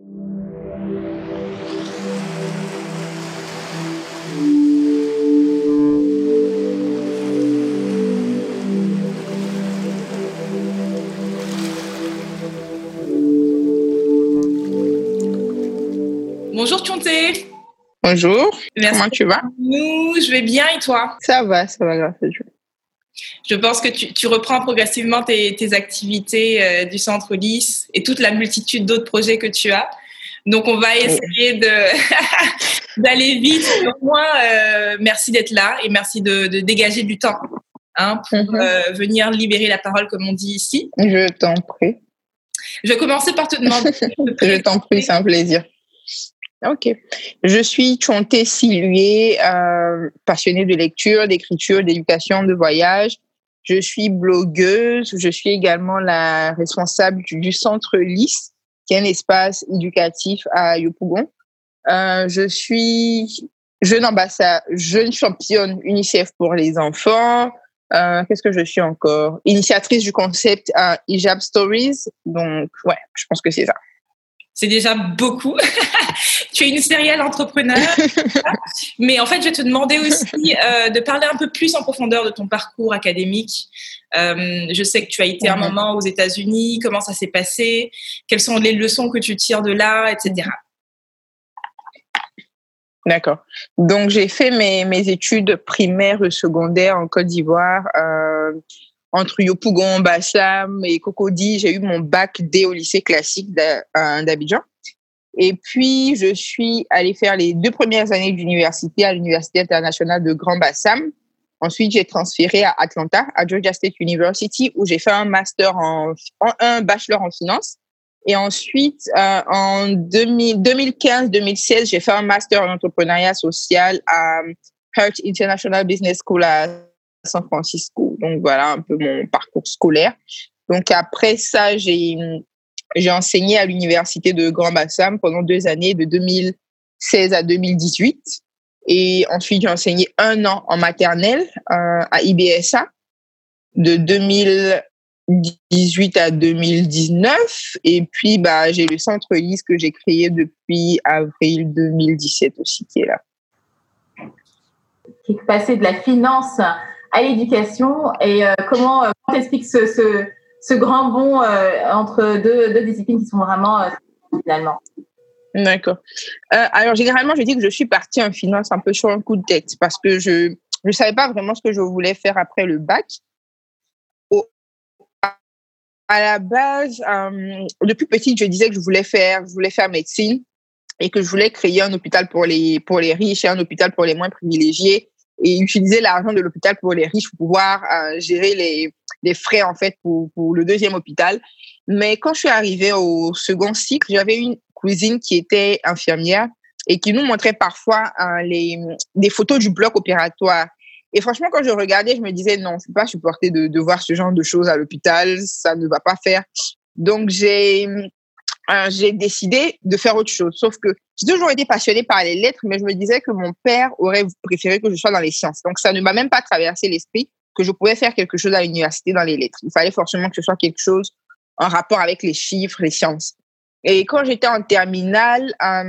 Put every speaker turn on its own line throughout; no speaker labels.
Bonjour Thionté.
Bonjour,
Merci.
comment tu vas?
Je vais bien et toi?
Ça va, grâce à Dieu.
Je pense que tu reprends progressivement tes activités du Centre Lys et toute la multitude d'autres projets que tu as. Donc, on va essayer d'aller vite. Au moins, merci d'être là et merci de dégager du temps pour venir libérer la parole, comme on dit ici.
Je t'en prie.
Je vais commencer par te demander.
Je t'en prie, c'est un plaisir. Ok. Je suis Thionté Silué, passionnée de lecture, d'écriture, d'éducation, de voyage. Je suis blogueuse. Je suis également la responsable du Centre Lys, qui est un espace éducatif à Yopougon. Je suis jeune championne UNICEF pour les enfants. Qu'est-ce que je suis encore? Initiatrice du concept Hijab Stories. Donc, ouais, je pense que c'est ça.
C'est déjà beaucoup. Tu es une serial entrepreneur. Mais en fait, je vais te demander aussi de parler un peu plus en profondeur de ton parcours académique. Je sais que tu as été un moment aux États-Unis. Comment ça s'est passé? Quelles sont les leçons que tu tires de là, etc.
D'accord. Donc, j'ai fait mes études primaires et secondaires en Côte d'Ivoire. Entre Yopougon, Bassam et Cocody, j'ai eu mon bac D au lycée classique d'Abidjan. Et puis, je suis allée faire les 2 premières années d'université à l'Université internationale de Grand Bassam. Ensuite, j'ai transféré à Atlanta, à Georgia State University, où j'ai fait un master un bachelor en finance. Et ensuite, en 2015-2016, j'ai fait un master en entrepreneuriat social à Hurt International Business School à San Francisco. Donc, voilà un peu mon parcours scolaire. Donc, après ça, j'ai enseigné à l'université de Grand Bassam pendant 2 années, de 2016 à 2018. Et ensuite, j'ai enseigné 1 an en maternelle à IBSA de 2018 à 2019. Et puis, j'ai le Centre Lys que j'ai créé depuis avril 2017 aussi, qui est là.
Qui est passé de la finance à l'éducation et comment t'expliques ce grand bond entre deux disciplines qui sont vraiment finalement.
D'accord. Alors, généralement, je dis que je suis partie en finance un peu sur un coup de tête parce que je ne savais pas vraiment ce que je voulais faire après le bac. À la base, depuis petite, je disais que je voulais faire médecine et que je voulais créer un hôpital pour les riches et un hôpital pour les moins privilégiés et utiliser l'argent de l'hôpital pour les riches pour pouvoir gérer les frais, en fait, pour le 2e hôpital. Mais quand je suis arrivée au second cycle, j'avais une cousine qui était infirmière et qui nous montrait parfois des photos du bloc opératoire. Et franchement, quand je regardais, je me disais, non, je ne peux pas supporter de voir ce genre de choses à l'hôpital, ça ne va pas faire. Donc, j'ai décidé de faire autre chose. Sauf que j'ai toujours été passionnée par les lettres, mais je me disais que mon père aurait préféré que je sois dans les sciences. Donc, ça ne m'a même pas traversé l'esprit que je pouvais faire quelque chose à l'université dans les lettres. Il fallait forcément que ce soit quelque chose en rapport avec les chiffres, les sciences. Et quand j'étais en terminale,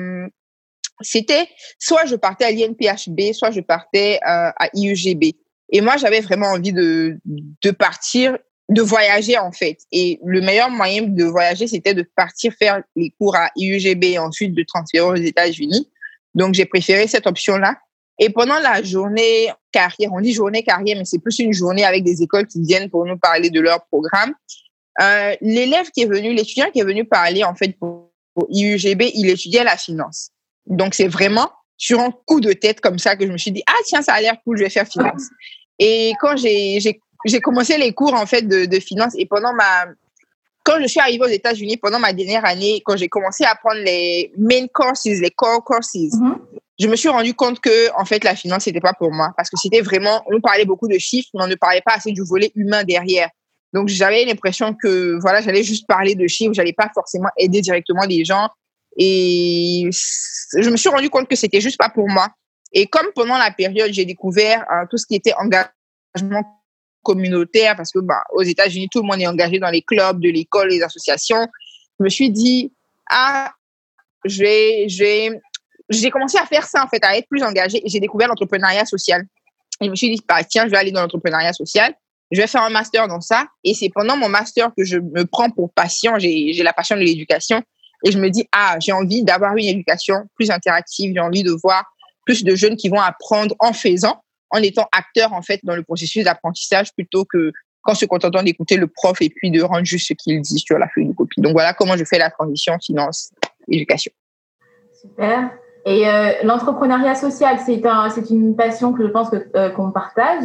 c'était soit je partais à l'INPHB, soit je partais à IUGB. Et moi, j'avais vraiment envie de partir, de voyager en fait. Et le meilleur moyen de voyager, c'était de partir faire les cours à IUGB et ensuite de transférer aux États-Unis. Donc, j'ai préféré cette option-là. Et pendant la journée carrière, on dit journée carrière, mais c'est plus une journée avec des écoles qui viennent pour nous parler de leur programme. L'étudiant qui est venu parler en fait pour IUGB, il étudiait la finance. Donc, c'est vraiment sur un coup de tête comme ça que je me suis dit, ah tiens, ça a l'air cool, je vais faire finance. Et quand j'ai commencé les cours en fait de finance et quand je suis arrivée aux États-Unis pendant ma dernière année, quand j'ai commencé à prendre les main courses, les core courses, je me suis rendu compte que en fait la finance c'était pas pour moi parce que c'était vraiment, on parlait beaucoup de chiffres, mais on ne parlait pas assez du volet humain derrière. Donc j'avais l'impression que voilà, j'allais juste parler de chiffres, j'allais pas forcément aider directement les gens. Et je me suis rendu compte que c'était juste pas pour moi. Et comme pendant la période, j'ai découvert tout ce qui était engagement communautaire, parce que aux États-Unis, tout le monde est engagé dans les clubs de l'école, les associations, je me suis dit, j'ai commencé à faire ça, en fait, à être plus engagée. Et j'ai découvert l'entrepreneuriat social. Et je me suis dit, bah, tiens, je vais aller dans l'entrepreneuriat social. Je vais faire un master dans ça. Et c'est pendant mon master que je me prends pour passion. J'ai la passion de l'éducation. Et je me dis, j'ai envie d'avoir une éducation plus interactive. J'ai envie de voir plus de jeunes qui vont apprendre en faisant, en étant acteurs, en fait, dans le processus d'apprentissage plutôt que qu'en se contentant d'écouter le prof et puis de rendre juste ce qu'il dit sur la feuille de copie. Donc, voilà comment je fais la transition finance-éducation.
Super. Et l'entrepreneuriat social, c'est une passion que je pense qu'on partage.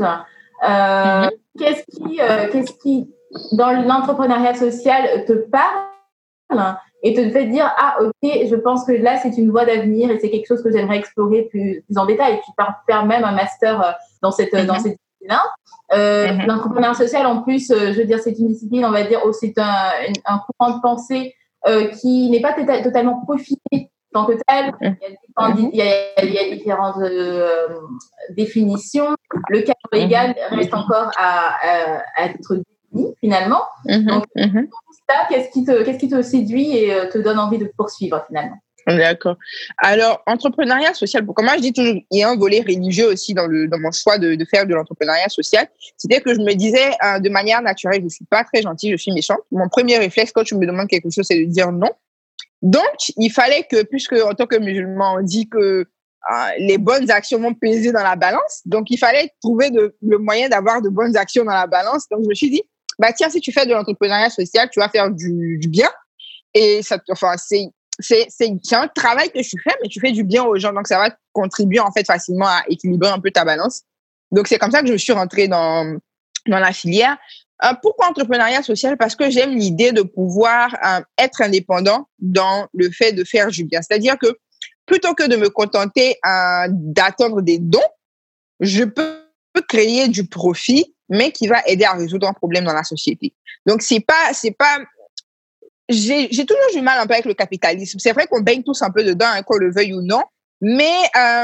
Qu'est-ce qui, dans l'entrepreneuriat social, te parle et te fait dire ok, je pense que là c'est une voie d'avenir et c'est quelque chose que j'aimerais explorer plus en détail. Tu peux faire même un master dans cette discipline-là. L'entrepreneuriat social, en plus, je veux dire, c'est une discipline, on va dire, où c'est un courant de pensée qui n'est pas totalement profité tant que tel. Il y a différentes définitions. Le cadre légal reste encore à être défini finalement. Donc, ça, qu'est-ce qui te séduit et te donne envie de poursuivre finalement?
D'accord. Alors, entrepreneuriat social, pour moi, je dis toujours, il y a un volet religieux aussi dans mon choix de faire de l'entrepreneuriat social. C'était que je me disais, de manière naturelle, je suis pas très gentille, je suis méchante. Mon premier réflexe quand tu me demandes quelque chose, c'est de dire non. Donc, il fallait que, puisque en tant que musulman, on dit que les bonnes actions vont peser dans la balance, donc il fallait trouver le moyen d'avoir de bonnes actions dans la balance. Donc, je me suis dit, bah tiens, si tu fais de l'entrepreneuriat social, tu vas faire du bien. Et ça, c'est un travail que tu fais, mais tu fais du bien aux gens. Donc, ça va contribuer en fait facilement à équilibrer un peu ta balance. Donc, c'est comme ça que je suis rentrée dans la filière. Pourquoi entrepreneuriat social? Parce que j'aime l'idée de pouvoir être indépendant dans le fait de faire du bien. C'est-à-dire que plutôt que de me contenter d'attendre des dons, je peux créer du profit, mais qui va aider à résoudre un problème dans la société. Donc, c'est pas, j'ai toujours du mal un peu avec le capitalisme. C'est vrai qu'on baigne tous un peu dedans, qu'on le veuille ou non, mais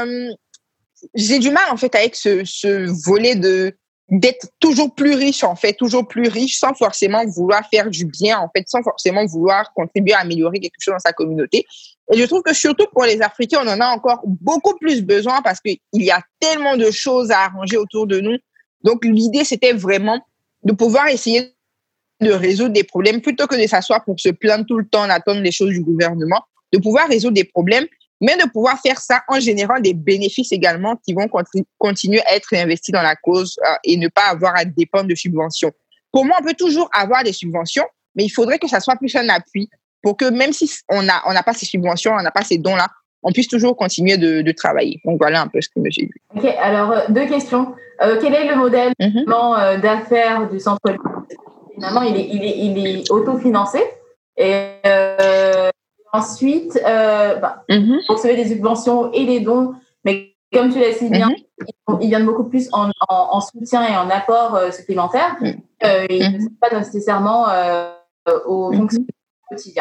j'ai du mal en fait avec ce volet d'être toujours plus riche en fait, toujours plus riche sans forcément vouloir faire du bien en fait, sans forcément vouloir contribuer à améliorer quelque chose dans sa communauté. Et je trouve que surtout pour les Africains, on en a encore beaucoup plus besoin parce qu'il y a tellement de choses à arranger autour de nous. Donc l'idée c'était vraiment de pouvoir essayer de résoudre des problèmes plutôt que de s'asseoir pour se plaindre tout le temps, d'attendre les choses du gouvernement, de pouvoir résoudre des problèmes, mais de pouvoir faire ça en générant des bénéfices également qui vont continuer à être investis dans la cause et ne pas avoir à dépendre de subventions. Pour moi, on peut toujours avoir des subventions, mais il faudrait que ça soit plus un appui pour que même si on n'a pas ces subventions, on n'a pas ces dons-là, on puisse toujours continuer de travailler. Donc, voilà un peu ce que j'ai vu.
OK, alors, 2 questions. Quel est le modèle d'affaires du centre? Finalement, il est autofinancé. Et ensuite, vous recevez des subventions et des dons, mais comme tu l'as si bien, ils viennent beaucoup plus en soutien et en apport supplémentaire. Ils ne sont pas nécessairement au fonctionnement quotidien.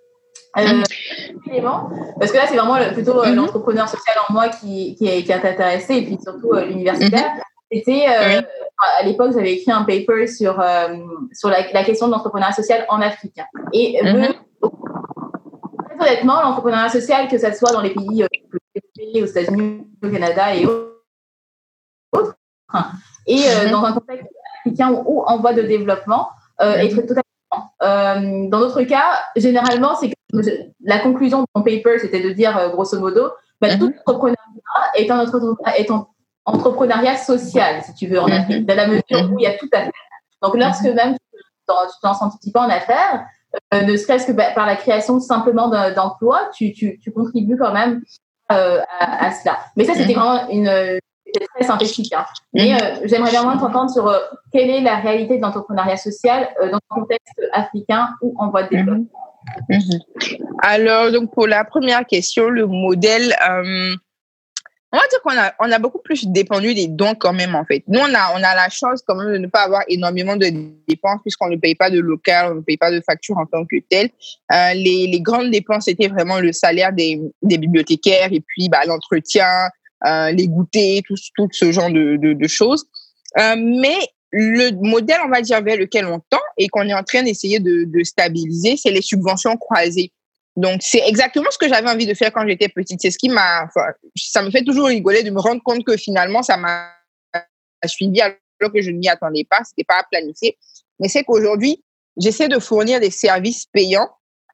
Parce que là, c'est vraiment plutôt l'entrepreneur social en moi qui est intéressé, et puis surtout l'universitaire. C'était, à l'époque, j'avais écrit un paper sur la question de l'entrepreneuriat social en Afrique. Et très honnêtement, l'entrepreneuriat social, que ça soit dans les pays aux États-Unis, au Canada et autres, et dans un contexte africain ou en voie de développement, est très totalement. Dans notre cas, généralement, c'est que la conclusion de mon paper, c'était de dire, grosso modo, tout entrepreneuriat est un entrepreneuriat social, si tu veux, en Afrique, dans la mesure où il y a tout à faire. Donc, lorsque même tu te lances un petit peu en affaires, ne serait-ce que par la création simplement d'emplois, tu contribues quand même à cela. Mais ça, c'était vraiment c'était très synthétique. Hein. Mais j'aimerais vraiment t'entendre sur quelle est la réalité de l'entrepreneuriat social dans un contexte africain ou en voie de développement.
Alors, donc pour la première question, le modèle, on va dire qu'on a beaucoup plus dépendu des dons quand même, en fait. Nous, on a la chance quand même de ne pas avoir énormément de dépenses puisqu'on ne paye pas de local, on ne paye pas de facture en tant que tel. Les grandes dépenses, c'était vraiment le salaire des bibliothécaires et puis l'entretien, les goûters, tout ce genre de choses. Mais le modèle, on va dire, vers lequel on tend et qu'on est en train d'essayer de stabiliser, c'est les subventions croisées. Donc, c'est exactement ce que j'avais envie de faire quand j'étais petite. C'est ce qui ça me fait toujours rigoler de me rendre compte que finalement, ça m'a suivi alors que je ne m'y attendais pas. C'était pas planifié. Mais c'est qu'aujourd'hui, j'essaie de fournir des services payants.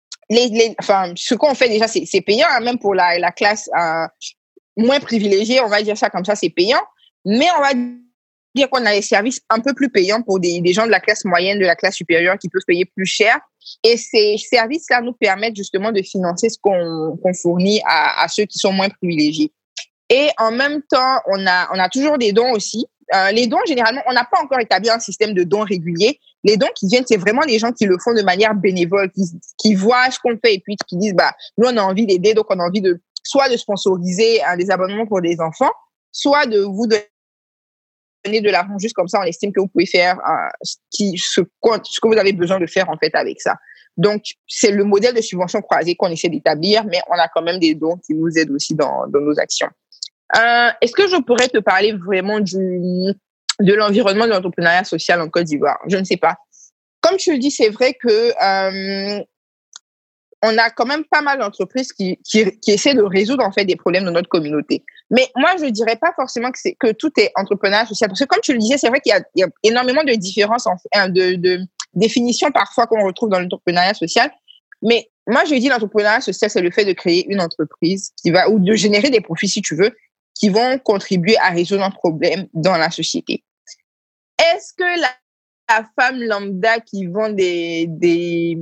Ce qu'on fait déjà, c'est payant, hein, même pour la classe moins privilégiée, on va dire ça comme ça, c'est payant. Mais on va dire qu'on a des services un peu plus payants pour des gens de la classe moyenne, de la classe supérieure qui peuvent payer plus cher. Et ces services-là nous permettent justement de financer ce qu'on fournit à ceux qui sont moins privilégiés. Et en même temps, on a toujours des dons aussi. Les dons, généralement, on n'a pas encore établi un système de dons réguliers. Les dons qui viennent, c'est vraiment les gens qui le font de manière bénévole, qui voient ce qu'on fait et puis qui disent, nous, on a envie d'aider, donc on a envie soit de sponsoriser des abonnements pour des enfants, soit de vous donner de l'argent juste comme ça, on estime que vous pouvez faire ce que vous avez besoin de faire en fait avec ça. Donc, c'est le modèle de subvention croisée qu'on essaie d'établir, mais on a quand même des dons qui nous aident aussi dans nos actions. Est-ce que je pourrais te parler vraiment de l'environnement de l'entrepreneuriat social en Côte d'Ivoire? Je ne sais pas. Comme tu le dis, c'est vrai que on a quand même pas mal d'entreprises qui essaient de résoudre en fait des problèmes dans notre communauté. Mais moi, je dirais pas forcément que tout est entrepreneuriat social, parce que comme tu le disais, c'est vrai qu'il y a énormément de différences, de définitions parfois qu'on retrouve dans l'entrepreneuriat social. Mais moi, je dis l'entrepreneuriat social, c'est le fait de créer une entreprise ou de générer des profits, si tu veux, qui vont contribuer à résoudre un problème dans la société. Est-ce que la femme lambda qui vend des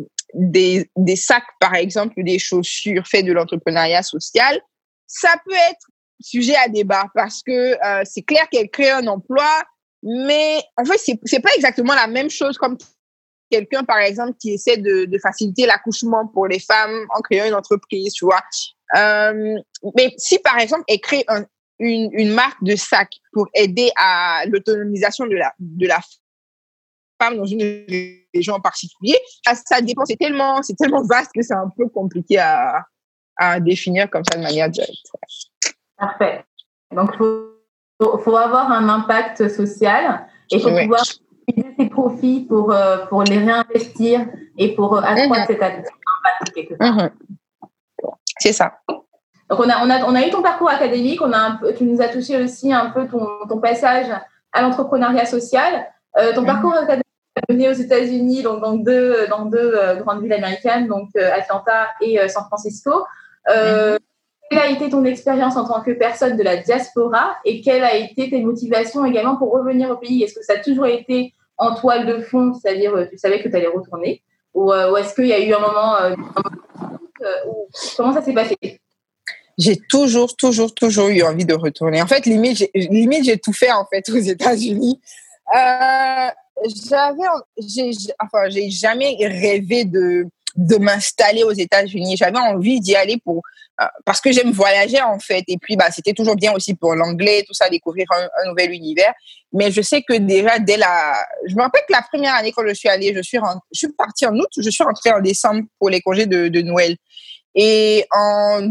sacs, par exemple, ou des chaussures faites de l'entrepreneuriat social, ça peut être sujet à débat parce que c'est clair qu'elle crée un emploi, mais en fait, c'est pas exactement la même chose comme quelqu'un, par exemple, qui essaie de faciliter l'accouchement pour les femmes en créant une entreprise, tu vois. Mais si, par exemple, elle crée une marque de sacs pour aider à l'autonomisation de la femme dans une région en particulier, ça dépend. C'est tellement vaste que c'est un peu compliqué à définir comme ça de manière directe.
Parfait. Donc, il faut avoir un impact social et il faut pouvoir utiliser ses profits pour les réinvestir et pour accroître cet impact quelque part.
C'est ça.
Donc, on a eu ton parcours académique, tu nous as touché aussi un peu ton passage à l'entrepreneuriat social. Ton parcours académique est mené aux États-Unis, donc dans deux grandes villes américaines, donc Atlanta et San Francisco. Quelle a été ton expérience en tant que personne de la diaspora et quelles a été tes motivations également pour revenir au pays? Est-ce que ça a toujours été en toile de fond, c'est-à-dire tu savais que tu allais retourner, ou est-ce qu'il y a eu un moment comment ça s'est passé?
J'ai toujours eu envie de retourner. En fait, limite, j'ai tout fait en fait aux États-Unis. J'ai jamais rêvé de m'installer aux États-Unis. J'avais envie d'y aller parce que j'aime voyager en fait. Et puis, c'était toujours bien aussi pour l'anglais, tout ça, découvrir un nouvel univers. Mais je sais que déjà je me rappelle que la première année quand je suis allée, je suis partie en août, je suis rentrée en décembre pour les congés de Noël. Et en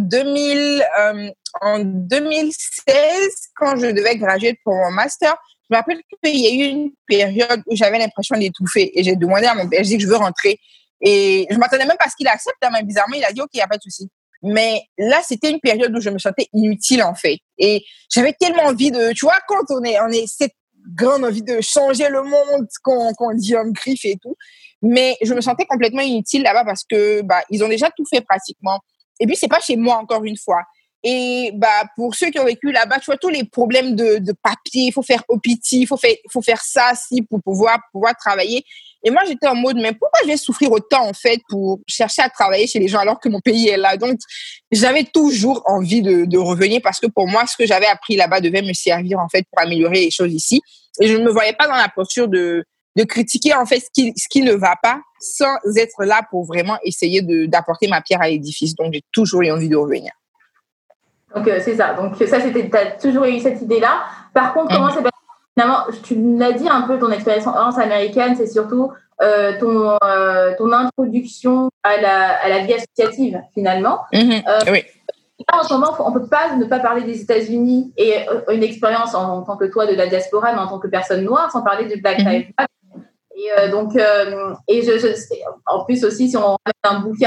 2016, quand je devais graduer pour mon master, je me rappelle qu'il y a eu une période où j'avais l'impression d'étouffer et j'ai demandé à mon père, je dis que je veux rentrer. Et je m'attendais même pas à ce qu'il accepte, mais bizarrement, il a dit, OK, il n'y a pas de souci. Mais là, c'était une période où je me sentais inutile, en fait. Et j'avais tellement envie tu vois, quand on est cette grande envie de changer le monde, qu'on dit en griffe et tout. Mais je me sentais complètement inutile là-bas parce que, ils ont déjà tout fait pratiquement. Et puis, c'est pas chez moi, encore une fois. Et, pour ceux qui ont vécu là-bas, tu vois, tous les problèmes de papier, il faut faire OPT, il faut faire ça, pour pouvoir travailler. Et moi, j'étais en mode, mais pourquoi je vais souffrir autant, en fait, pour chercher à travailler chez les gens alors que mon pays est là? Donc, j'avais toujours envie de revenir parce que pour moi, ce que j'avais appris là-bas devait me servir, en fait, pour améliorer les choses ici. Et je ne me voyais pas dans la posture de critiquer, en fait, ce qui ne va pas sans être là pour vraiment essayer d'apporter ma pierre à l'édifice. Donc, j'ai toujours eu envie de revenir.
Donc, c'est ça. Donc, ça, t'as toujours eu cette idée-là. Par contre, comment c'est passé? Finalement, tu l'as dit un peu, ton expérience américaine, c'est surtout ton introduction à la vie associative, finalement.
Oui.
Là, en ce moment, on ne peut pas ne pas parler des États-Unis et une expérience en tant que toi de la diaspora, mais en tant que personne noire, sans parler du Black Lives Matter. Et en plus aussi, si on ramène un bouquin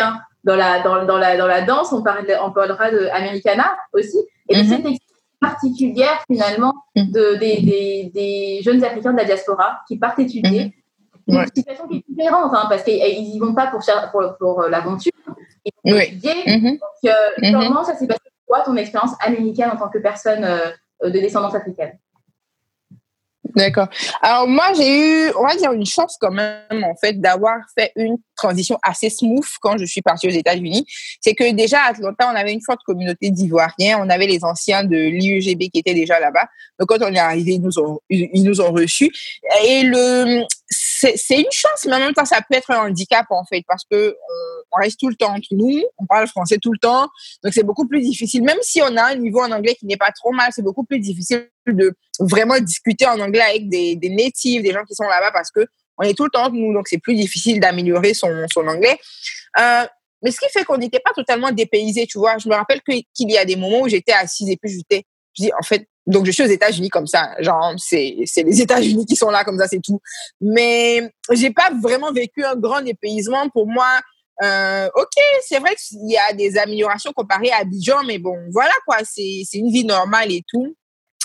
dans la danse, on parlera de Americana aussi, et de cette expérience particulière finalement des jeunes Africains de la diaspora qui partent étudier. C'est une situation qui est différente, parce qu'ils n'y vont pas pour l'aventure, ils vont étudier. Donc, comment ça s'est passé pour toi, ton expérience américaine en tant que personne de descendance africaine?
D'accord. Alors moi, j'ai eu, on va dire, une chance quand même, en fait, d'avoir fait une transition assez smooth quand je suis partie aux États-Unis. C'est que déjà, à Atlanta, on avait une forte communauté d'Ivoiriens. On avait les anciens de l'IEGB qui étaient déjà là-bas. Donc quand on est arrivé, ils nous ont reçus. Et c'est une chance, mais en même temps, ça peut être un handicap, en fait, parce que on reste tout le temps entre nous, on parle français tout le temps, donc c'est beaucoup plus difficile. Même si on a un niveau en anglais qui n'est pas trop mal, c'est beaucoup plus difficile de vraiment discuter en anglais avec des natives, des gens qui sont là-bas, parce que on est tout le temps entre nous, donc c'est plus difficile d'améliorer son anglais. Mais ce qui fait qu'on n'était pas totalement dépaysés, tu vois. Je me rappelle qu'il y a des moments où j'étais assise et puis je dis, en fait, donc je suis aux États-Unis comme ça, genre c'est les États-Unis qui sont là comme ça, c'est tout. Mais j'ai pas vraiment vécu un grand dépaysement. Pour moi, ok, c'est vrai qu'il y a des améliorations comparées à Abidjan, mais bon, voilà quoi, c'est une vie normale et tout.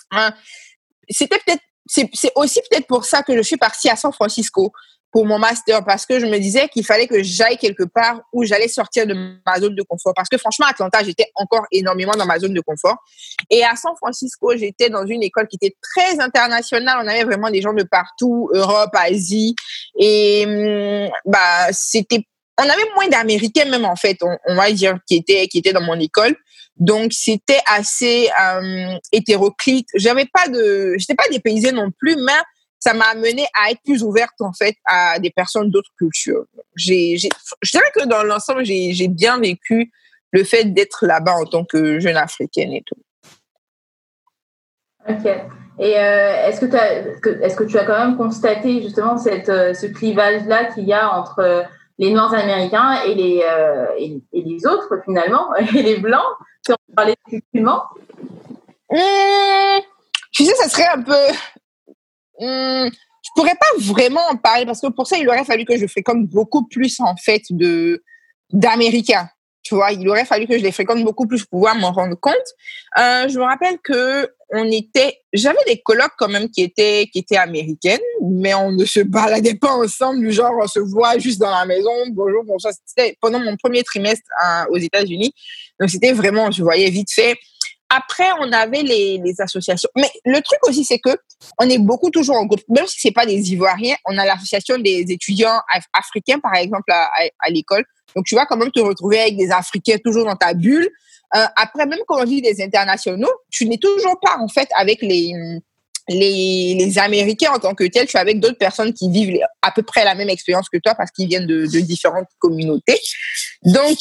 C'est aussi peut-être pour ça que je suis partie à San Francisco pour mon master, parce que je me disais qu'il fallait que j'aille quelque part où j'allais sortir de ma zone de confort. Parce que franchement, à Atlanta, j'étais encore énormément dans ma zone de confort. Et à San Francisco, j'étais dans une école qui était très internationale. On avait vraiment des gens de partout, Europe, Asie. Et on avait moins d'Américains même, en fait, on va dire, qui étaient dans mon école. Donc, c'était assez hétéroclite. J'étais pas dépaysée non plus, mais ça m'a amené à être plus ouverte, en fait, à des personnes d'autres cultures. Je dirais que dans l'ensemble, j'ai bien vécu le fait d'être là-bas en tant que jeune africaine et tout.
Ok. Et est-ce que tu as quand même constaté justement ce clivage-là qu'il y a entre les Noirs américains et les autres finalement, et les Blancs, si on parlait effectivement?
Tu sais, ça serait un peu... je pourrais pas vraiment en parler parce que pour ça, il aurait fallu que je fréquente beaucoup plus, en fait, d'Américains. Tu vois, il aurait fallu que je les fréquente beaucoup plus pour pouvoir m'en rendre compte. Je me rappelle que j'avais des colocs quand même qui étaient américaines, mais on ne se baladait pas ensemble, genre on se voit juste dans la maison, bonjour, bonsoir. C'était pendant mon premier trimestre aux États-Unis. Donc c'était vraiment, je voyais vite fait. Après, on avait les associations. Mais le truc aussi, c'est que on est beaucoup toujours en groupe. Même si c'est pas des Ivoiriens, on a l'association des étudiants africains, par exemple, à l'école. Donc, tu vas quand même te retrouver avec des Africains toujours dans ta bulle. Après, même quand on dit des internationaux, tu n'es toujours pas, en fait, avec les Américains en tant que tels. Tu es avec d'autres personnes qui vivent à peu près la même expérience que toi parce qu'ils viennent de différentes communautés. Donc,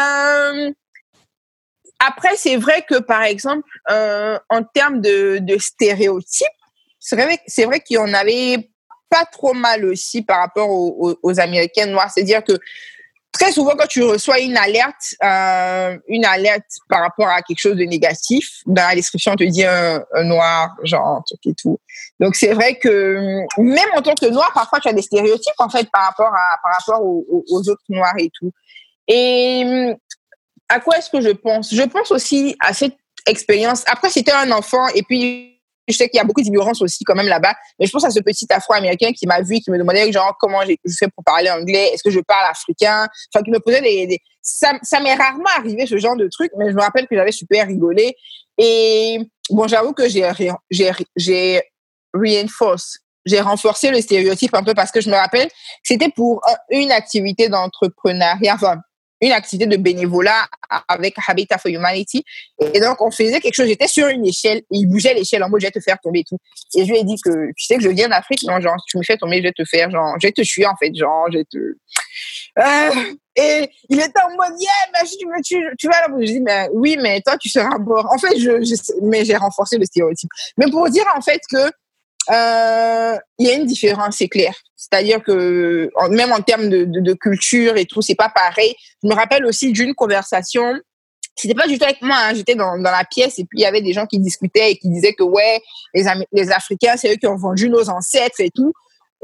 après, c'est vrai que, par exemple, en termes de stéréotypes, c'est vrai qu'il y en avait pas trop mal aussi par rapport aux Américains noirs. C'est-à-dire que très souvent, quand tu reçois une alerte par rapport à quelque chose de négatif, dans la description, on te dit un noir, genre, truc et tout. Donc, c'est vrai que même en tant que noir, parfois, tu as des stéréotypes, en fait, par rapport aux autres noirs et tout. Et à quoi est-ce que je pense? Je pense aussi à cette expérience. Après, j'étais un enfant et puis je sais qu'il y a beaucoup d'ignorance aussi quand même là-bas. Mais je pense à ce petit Afro-Américain qui m'a vu, qui me demandait genre comment je fais pour parler anglais, est-ce que je parle africain? Enfin, qui me posait ça m'est rarement arrivé ce genre de truc, mais je me rappelle que j'avais super rigolé. Et bon, j'avoue que j'ai renforcé le stéréotype un peu parce que je me rappelle que c'était pour une activité d'entrepreneuriat, enfin, une activité de bénévolat avec Habitat for Humanity. Et donc, on faisait quelque chose. J'étais sur une échelle et il bougeait l'échelle en mode, je vais te faire tomber et tout. Et je lui ai dit que, tu sais que je viens d'Afrique, non, genre, tu me fais tomber, je vais te faire, genre, je vais te tuer, en fait, genre, je vais te... et il était en mode, yeah, mais si tu me tues, tu vas là. Je dis, mais oui, mais toi, tu seras mort. En fait, mais j'ai renforcé le stéréotype. Mais pour dire, en fait, que, il y a une différence, c'est clair. C'est-à-dire que même en termes de culture et tout, c'est pas pareil. Je me rappelle aussi d'une conversation. C'était pas du tout avec moi, hein. J'étais dans la pièce et puis il y avait des gens qui discutaient et qui disaient que ouais, les Africains, c'est eux qui ont vendu nos ancêtres et tout.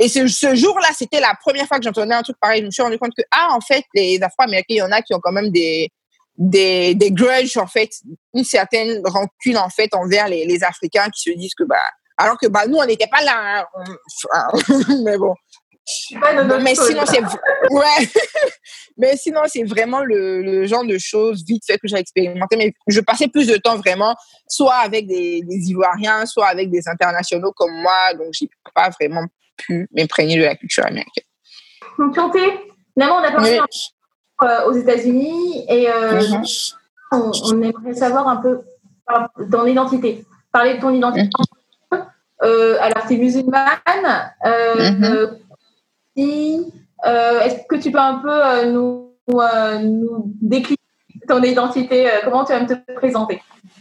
Et ce jour-là, c'était la première fois que j'entendais un truc pareil. Je me suis rendu compte que, en fait, les Afro-Américains, il y en a qui ont quand même des grudges, en fait, une certaine rancune, en fait, envers les Africains qui se disent que, alors que, nous, on n'était pas là, hein. Mais bon. Mais sinon, ouais. Mais sinon, c'est vraiment le genre de choses vite fait que j'ai expérimenté. Mais je passais plus de temps vraiment, soit avec des Ivoiriens, soit avec des internationaux comme moi. Donc, j'ai pas vraiment pu m'imprégner de la culture américaine.
Donc, Kanté, finalement, on a parlé aux États-Unis et on aimerait savoir un peu ton identité. Parler de ton identité. Alors, tu es musulmane. Est-ce que tu peux un peu nous décrire ton identité? Comment tu vas te présenter?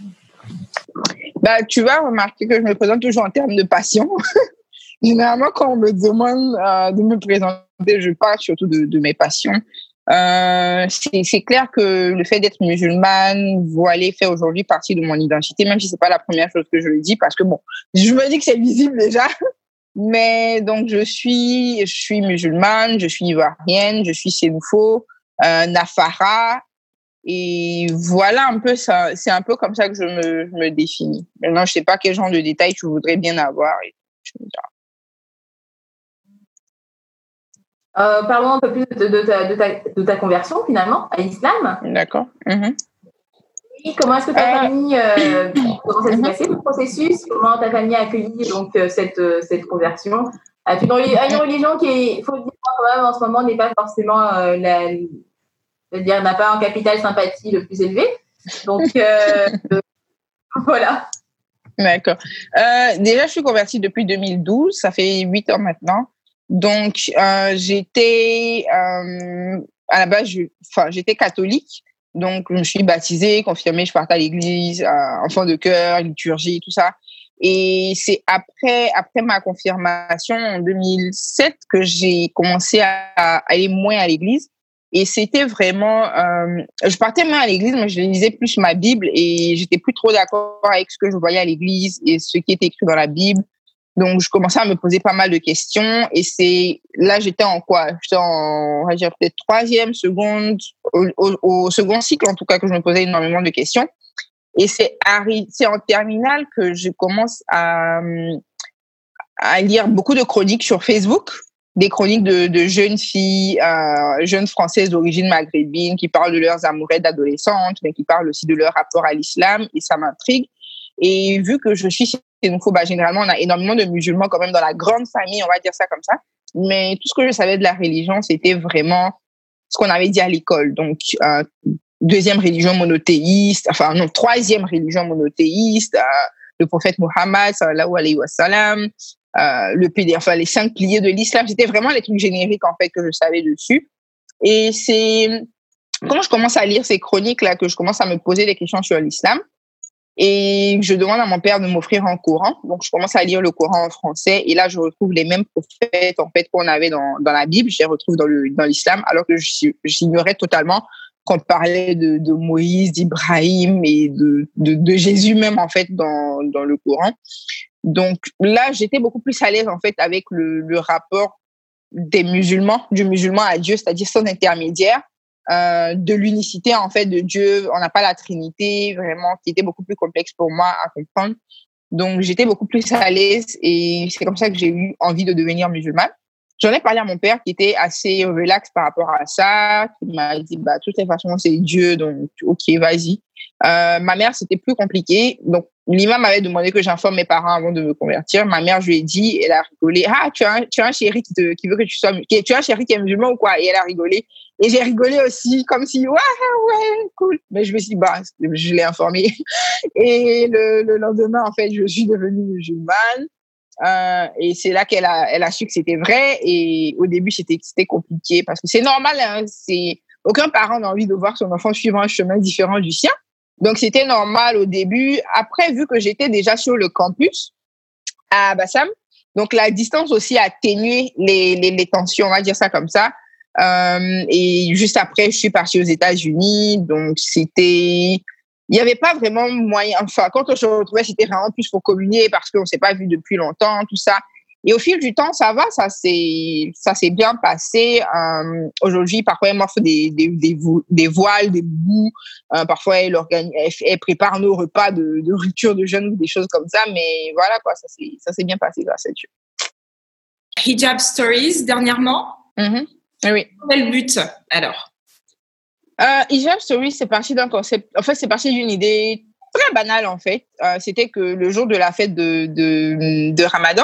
Tu vas remarquer que je me présente toujours en termes de passion. Généralement, quand on me demande de me présenter, je parle surtout de mes passions. C'est clair que le fait d'être musulmane, voilée, fait aujourd'hui partie de mon identité, même si c'est pas la première chose que je le dis, parce que je me dis que c'est visible déjà. Mais donc, je suis musulmane, je suis ivoirienne, je suis sénoufo, Nafara. Et voilà un peu ça. C'est un peu comme ça que je me définis. Maintenant, je sais pas quel genre de détails tu voudrais bien avoir.
Parlons un peu plus de ta conversion, finalement, à l'islam.
D'accord.
Et comment est-ce que ta famille, comment ça s'est passé le processus? Comment ta famille a accueilli donc cette conversion? Tu es une religion qui, il faut le dire quand même, en ce moment n'est pas forcément n'a pas un capital sympathie le plus élevé. Donc voilà.
D'accord. Déjà, je suis convertie depuis 2012. Ça fait 8 ans maintenant. Donc, j'étais à la base, j'étais catholique. Donc, je me suis baptisée, confirmée, je partais à l'église, enfant de chœur, liturgie, tout ça. Et c'est après ma confirmation en 2007 que j'ai commencé à aller moins à l'église. Et c'était vraiment, je partais moins à l'église, mais je lisais plus ma Bible et j'étais plus trop d'accord avec ce que je voyais à l'église et ce qui était écrit dans la Bible. Donc, je commençais à me poser pas mal de questions et là, j'étais en quoi? J'étais on va dire peut-être troisième, seconde, au second cycle, en tout cas, que je me posais énormément de questions. Et c'est en terminale que je commence à lire beaucoup de chroniques sur Facebook, des chroniques de jeunes filles, jeunes françaises d'origine maghrébine qui parlent de leurs amourettes d'adolescentes, mais qui parlent aussi de leur rapport à l'islam et ça m'intrigue. Et vu que je suis sénoufo, généralement, on a énormément de musulmans quand même dans la grande famille, on va dire ça comme ça. Mais tout ce que je savais de la religion, c'était vraiment ce qu'on avait dit à l'école. Donc, troisième religion monothéiste, le prophète Mohammed, sallallahu alayhi wa sallam, les 5 piliers de l'islam. C'était vraiment les trucs génériques, en fait, que je savais dessus. Et c'est quand je commence à lire ces chroniques-là que je commence à me poser des questions sur l'islam. Et je demande à mon père de m'offrir un Coran. Donc, je commence à lire le Coran en français. Et là, je retrouve les mêmes prophètes, en fait, qu'on avait dans la Bible. Je les retrouve dans l'islam, alors que j'ignorais totalement qu'on parlait de Moïse, d'Ibrahim et de Jésus même, en fait, dans le Coran. Donc, là, j'étais beaucoup plus à l'aise, en fait, avec le rapport du musulman à Dieu, c'est-à-dire sans intermédiaire. De l'unicité en fait de Dieu, on n'a pas la Trinité vraiment, qui était beaucoup plus complexe pour moi à comprendre. Donc j'étais beaucoup plus à l'aise et c'est comme ça que j'ai eu envie de devenir musulmane. J'en ai parlé à mon père qui était assez relax par rapport à ça, qui m'a dit de toutes les façons c'est Dieu, donc ok vas-y. Ma mère c'était plus compliqué, donc l'imam m'avait demandé que j'informe mes parents avant de me convertir. Ma mère, je lui ai dit, elle a rigolé. Tu as un chéri qui veut que tu sois, tu as un chéri qui est musulman ou quoi? Et elle a rigolé. Et j'ai rigolé aussi, comme si, ouais, cool. Mais je me suis dit, je l'ai informé. Et le lendemain, en fait, je suis devenue musulmane. Et c'est là qu'elle a su que c'était vrai. Et au début, c'était compliqué parce que c'est normal, hein, aucun parent n'a envie de voir son enfant suivre un chemin différent du sien. Donc, c'était normal au début. Après, vu que j'étais déjà sur le campus à Bassam, donc la distance aussi a atténué les tensions, on va dire ça comme ça. Et juste après, je suis partie aux États-Unis. Donc, il n'y avait pas vraiment moyen. Enfin, quand on se retrouvait, c'était vraiment plus pour communier parce qu'on ne s'est pas vu depuis longtemps, tout ça. Et au fil du temps, ça va, ça s'est bien passé. Aujourd'hui, parfois, elle m'offre des voiles, des bouts. Parfois, elle prépare nos repas de rupture de jeûne ou des choses comme ça. Mais voilà, quoi, ça s'est bien passé grâce à Dieu.
Hijab Stories, dernièrement.
Oui.
Quel but, alors?
Hijab Stories, c'est parti d'un concept. En fait, c'est parti d'une idée très banale, en fait. C'était que le jour de la fête de Ramadan,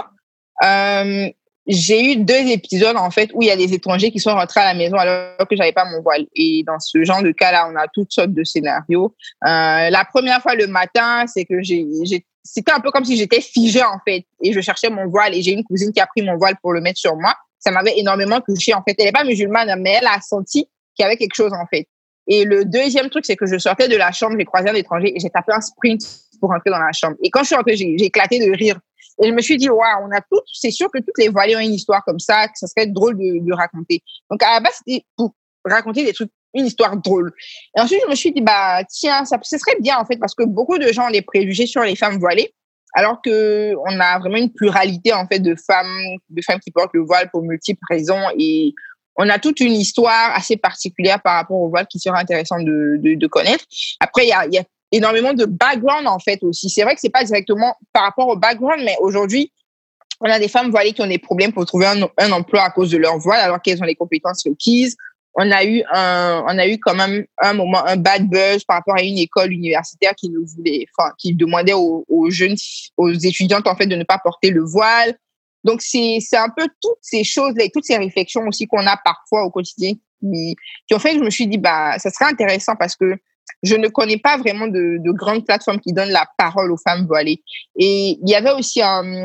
j'ai eu 2 épisodes en fait où il y a des étrangers qui sont rentrés à la maison alors que j'avais pas mon voile. Et dans ce genre de cas-là, on a toutes sortes de scénarios. La première fois le matin, c'est que c'était un peu comme si j'étais figée en fait et je cherchais mon voile et j'ai une cousine qui a pris mon voile pour le mettre sur moi. Ça m'avait énormément touchée en fait. Elle est pas musulmane mais elle a senti qu'il y avait quelque chose en fait. Et le deuxième truc, c'est que je sortais de la chambre, j'ai croisé un étranger et j'ai tapé un sprint pour rentrer dans la chambre. Et quand je suis rentrée, j'ai éclaté de rire. Et je me suis dit, waouh, c'est sûr que toutes les voilées ont une histoire comme ça, que ça serait drôle de raconter. Donc, à la base, c'était pour raconter une histoire drôle. Et ensuite, je me suis dit, bah, tiens, ce serait bien, en fait, parce que beaucoup de gens ont des préjugés sur les femmes voilées, alors que on a vraiment une pluralité, en fait, de femmes qui portent le voile pour multiples raisons et on a toute une histoire assez particulière par rapport au voile qui serait intéressant de connaître. Après, il y a énormément de background en fait aussi. C'est vrai que c'est pas directement par rapport au background, mais aujourd'hui, on a des femmes voilées qui ont des problèmes pour trouver un emploi à cause de leur voile alors qu'elles ont les compétences requises. On a eu quand même un moment un bad buzz par rapport à une école universitaire qui demandait aux étudiantes en fait de ne pas porter le voile. Donc c'est un peu toutes ces choses-là, toutes ces réflexions aussi qu'on a parfois au quotidien qui ont fait que je me suis dit bah ça serait intéressant parce que je ne connais pas vraiment de grandes plateformes qui donnent la parole aux femmes voilées. Et il y avait aussi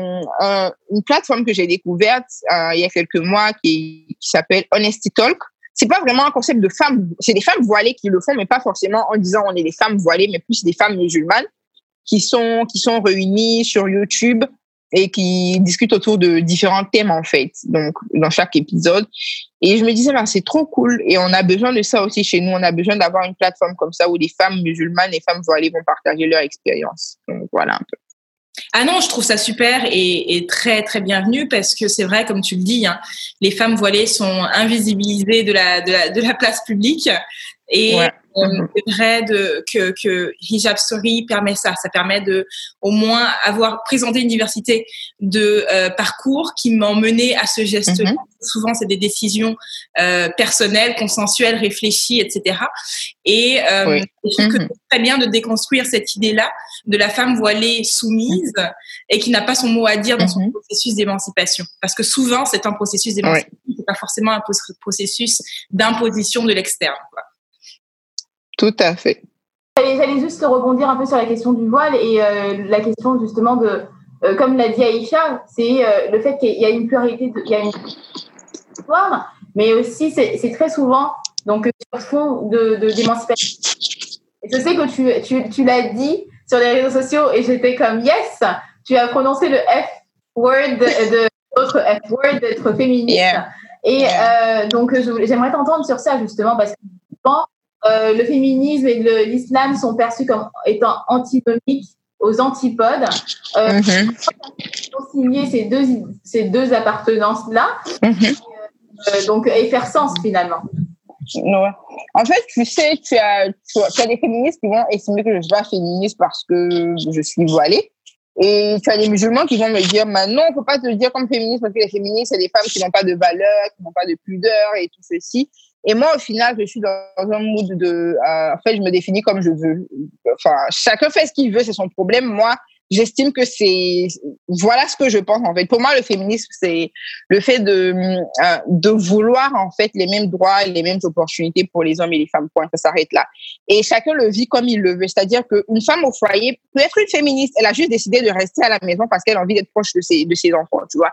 une plateforme que j'ai découverte il y a quelques mois qui s'appelle Honesty Talk. C'est pas vraiment un concept de femmes, c'est des femmes voilées qui le font, mais pas forcément en disant on est des femmes voilées, mais plus des femmes musulmanes qui sont réunies sur YouTube et qui discutent autour de différents thèmes en fait, donc dans chaque épisode. Et je me disais, ben, c'est trop cool et on a besoin de ça aussi chez nous. On a besoin d'avoir une plateforme comme ça où les femmes musulmanes et femmes voilées vont partager leur expérience. Donc voilà un peu.
Ah non, je trouve ça super et très très bienvenu parce que c'est vrai, comme tu le dis, hein, les femmes voilées sont invisibilisées de la place publique et
ouais.
C'est vrai que Hijab Story permet ça. Ça permet de au moins avoir présenté une diversité de parcours qui m'ont mené à ce geste. Souvent, c'est des décisions personnelles, consensuelles, réfléchies, etc. Et je trouve que c'est très bien de déconstruire cette idée-là de la femme voilée soumise et qui n'a pas son mot à dire dans son processus d'émancipation. Parce que souvent, c'est un processus d'émancipation, c'est pas forcément un processus d'imposition de l'externe, quoi.
Tout à fait.
J'allais juste rebondir un peu sur la question du voile et la question justement de, comme l'a dit Aïcha, c'est le fait qu'il y a une pluralité, il y a une histoire, mais aussi c'est très souvent donc sur fond d'émancipation. Et je sais que tu l'as dit sur les réseaux sociaux et j'étais comme yes, tu as prononcé le F-word d'être féministe.
Yeah.
Et donc j'aimerais t'entendre sur ça justement parce que souvent, le féminisme et l'islam sont perçus comme étant antinomiques aux antipodes. Concilier ces deux appartenances-là, donc et faire sens finalement.
Ouais. En fait, tu sais, tu as des féministes qui vont estimer que je suis pas féministe parce que je suis voilée. Et tu as des musulmans qui vont me dire, bah non, faut pas te dire comme féministe parce que les féministes, c'est des femmes qui n'ont pas de valeur, qui n'ont pas de pudeur et tout ceci. Et moi, au final, je suis dans un mood en fait, je me définis comme je veux. Enfin, chacun fait ce qu'il veut, c'est son problème. Moi, j'estime que voilà ce que je pense, en fait. Pour moi, le féminisme, c'est le fait de vouloir, en fait, les mêmes droits et les mêmes opportunités pour les hommes et les femmes. Point, ça s'arrête là. Et chacun le vit comme il le veut. C'est-à-dire qu'une femme au foyer peut être une féministe. Elle a juste décidé de rester à la maison parce qu'elle a envie d'être proche de ses enfants, tu vois.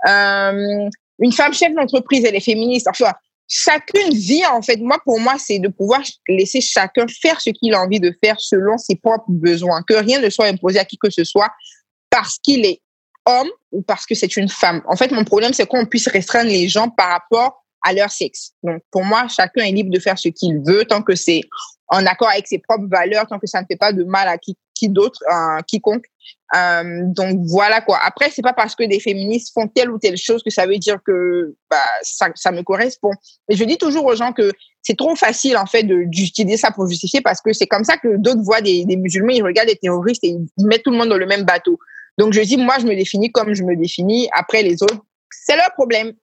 Une femme chef d'entreprise, elle est féministe. Enfin, chacune vit, en fait, pour moi, c'est de pouvoir laisser chacun faire ce qu'il a envie de faire selon ses propres besoins, que rien ne soit imposé à qui que ce soit parce qu'il est homme ou parce que c'est une femme. En fait, mon problème, c'est qu'on puisse restreindre les gens par rapport à leur sexe. Donc, pour moi, chacun est libre de faire ce qu'il veut tant que c'est en accord avec ses propres valeurs, tant que ça ne fait pas de mal à quiconque. Donc, voilà quoi. Après, c'est pas parce que des féministes font telle ou telle chose que ça veut dire que ça me correspond. Et je dis toujours aux gens que c'est trop facile, en fait, d'utiliser ça pour justifier parce que c'est comme ça que d'autres voient des musulmans, ils regardent les terroristes et ils mettent tout le monde dans le même bateau. Donc, je dis, moi, je me définis comme je me définis. Après, les autres, c'est leur problème.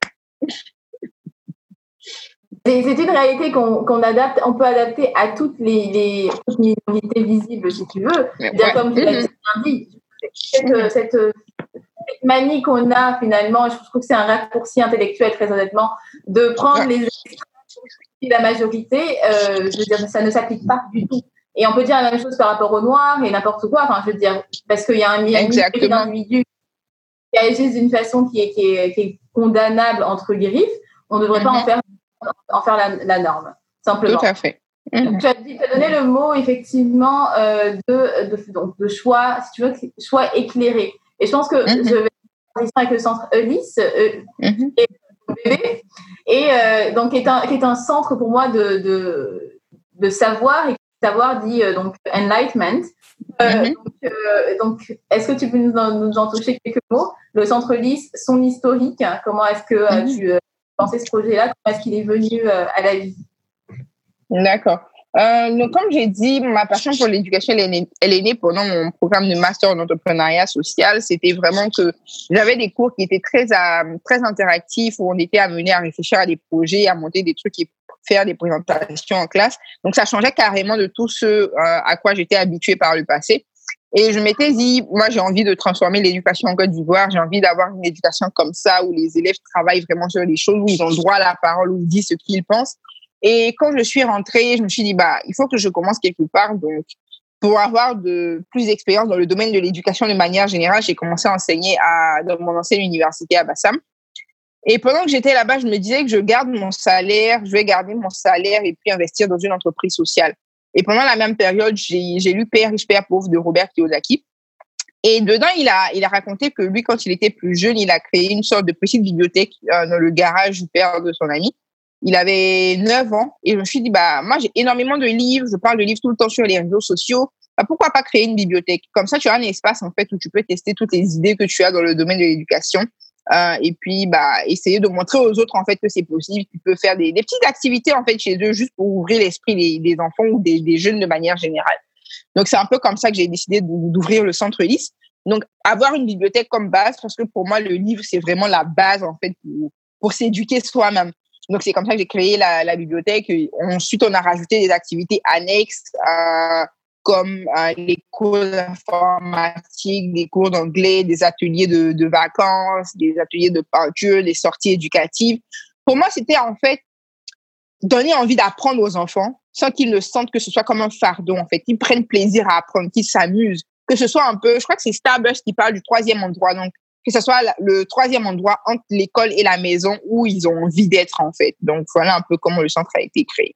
C'est une réalité qu'on adapte, on peut adapter à toutes les minorités visibles, si tu veux. Bien comme tu l'as dit, cette manie qu'on a finalement, je trouve que c'est un raccourci intellectuel, très honnêtement, de prendre les extrêmes de la majorité, je veux dire, ça ne s'applique pas du tout. Et on peut dire la même chose par rapport aux Noirs et n'importe quoi, enfin, je veux dire, parce qu'il y a un individu qui agit d'une façon qui est condamnable entre griffes, on ne devrait pas en faire la norme, simplement.
Tout à fait.
Donc, tu as donné le mot, effectivement, de choix, si tu veux, choix éclairé. Et je pense que je vais transition avec le centre Ulysse, et donc, qui est un centre pour moi de savoir, et savoir dit donc enlightenment. Donc, est-ce que tu peux nous en toucher quelques mots? Le centre Ulysse, son historique, comment est-ce que tu pensais ce projet-là? Comment est-ce qu'il est venu à la vie?
D'accord. Donc, comme j'ai dit, ma passion pour l'éducation, elle est née pendant mon programme de master en entrepreneuriat social. C'était vraiment que j'avais des cours qui étaient très interactifs, où on était amené à réfléchir à des projets, à monter des trucs et faire des présentations en classe. Donc, ça changeait carrément de tout ce à quoi j'étais habituée par le passé. Et je m'étais dit, moi, j'ai envie de transformer l'éducation en Côte d'Ivoire. J'ai envie d'avoir une éducation comme ça, où les élèves travaillent vraiment sur les choses, où ils ont droit à la parole, où ils disent ce qu'ils pensent. Et quand je suis rentrée, je me suis dit, il faut que je commence quelque part. Donc, pour avoir plus d'expérience dans le domaine de l'éducation de manière générale, j'ai commencé à enseigner dans mon ancienne université à Bassam. Et pendant que j'étais là-bas, je me disais que je vais garder mon salaire et puis investir dans une entreprise sociale. Et pendant la même période, j'ai lu Père riche, Père pauvre de Robert Kiyosaki. Et dedans, il a raconté que lui, quand il était plus jeune, il a créé une sorte de petite bibliothèque dans le garage du père de son ami. Il avait 9 ans et je me suis dit, moi, j'ai énormément de livres. Je parle de livres tout le temps sur les réseaux sociaux. Pourquoi pas créer une bibliothèque? Comme ça, tu as un espace, en fait, où tu peux tester toutes les idées que tu as dans le domaine de l'éducation. Et puis, essayer de montrer aux autres, en fait, que c'est possible. Tu peux faire des petites activités, en fait, chez eux, juste pour ouvrir l'esprit des enfants ou des jeunes de manière générale. Donc, c'est un peu comme ça que j'ai décidé d'ouvrir le centre Ulysse. Donc, avoir une bibliothèque comme base, parce que pour moi, le livre, c'est vraiment la base, en fait, pour s'éduquer soi-même. Donc, c'est comme ça que j'ai créé la bibliothèque. Et ensuite, on a rajouté des activités annexes, comme les cours d'informatique, des cours d'anglais, des ateliers de vacances, des ateliers de peinture, des sorties éducatives. Pour moi, c'était en fait donner envie d'apprendre aux enfants sans qu'ils ne sentent que ce soit comme un fardeau, en fait. Ils prennent plaisir à apprendre, qu'ils s'amusent, que ce soit un peu, je crois que c'est Starbucks qui parle du 3e endroit, donc que ce soit le 3e endroit entre l'école et la maison où ils ont envie d'être, en fait. Donc, voilà un peu comment le centre a été créé.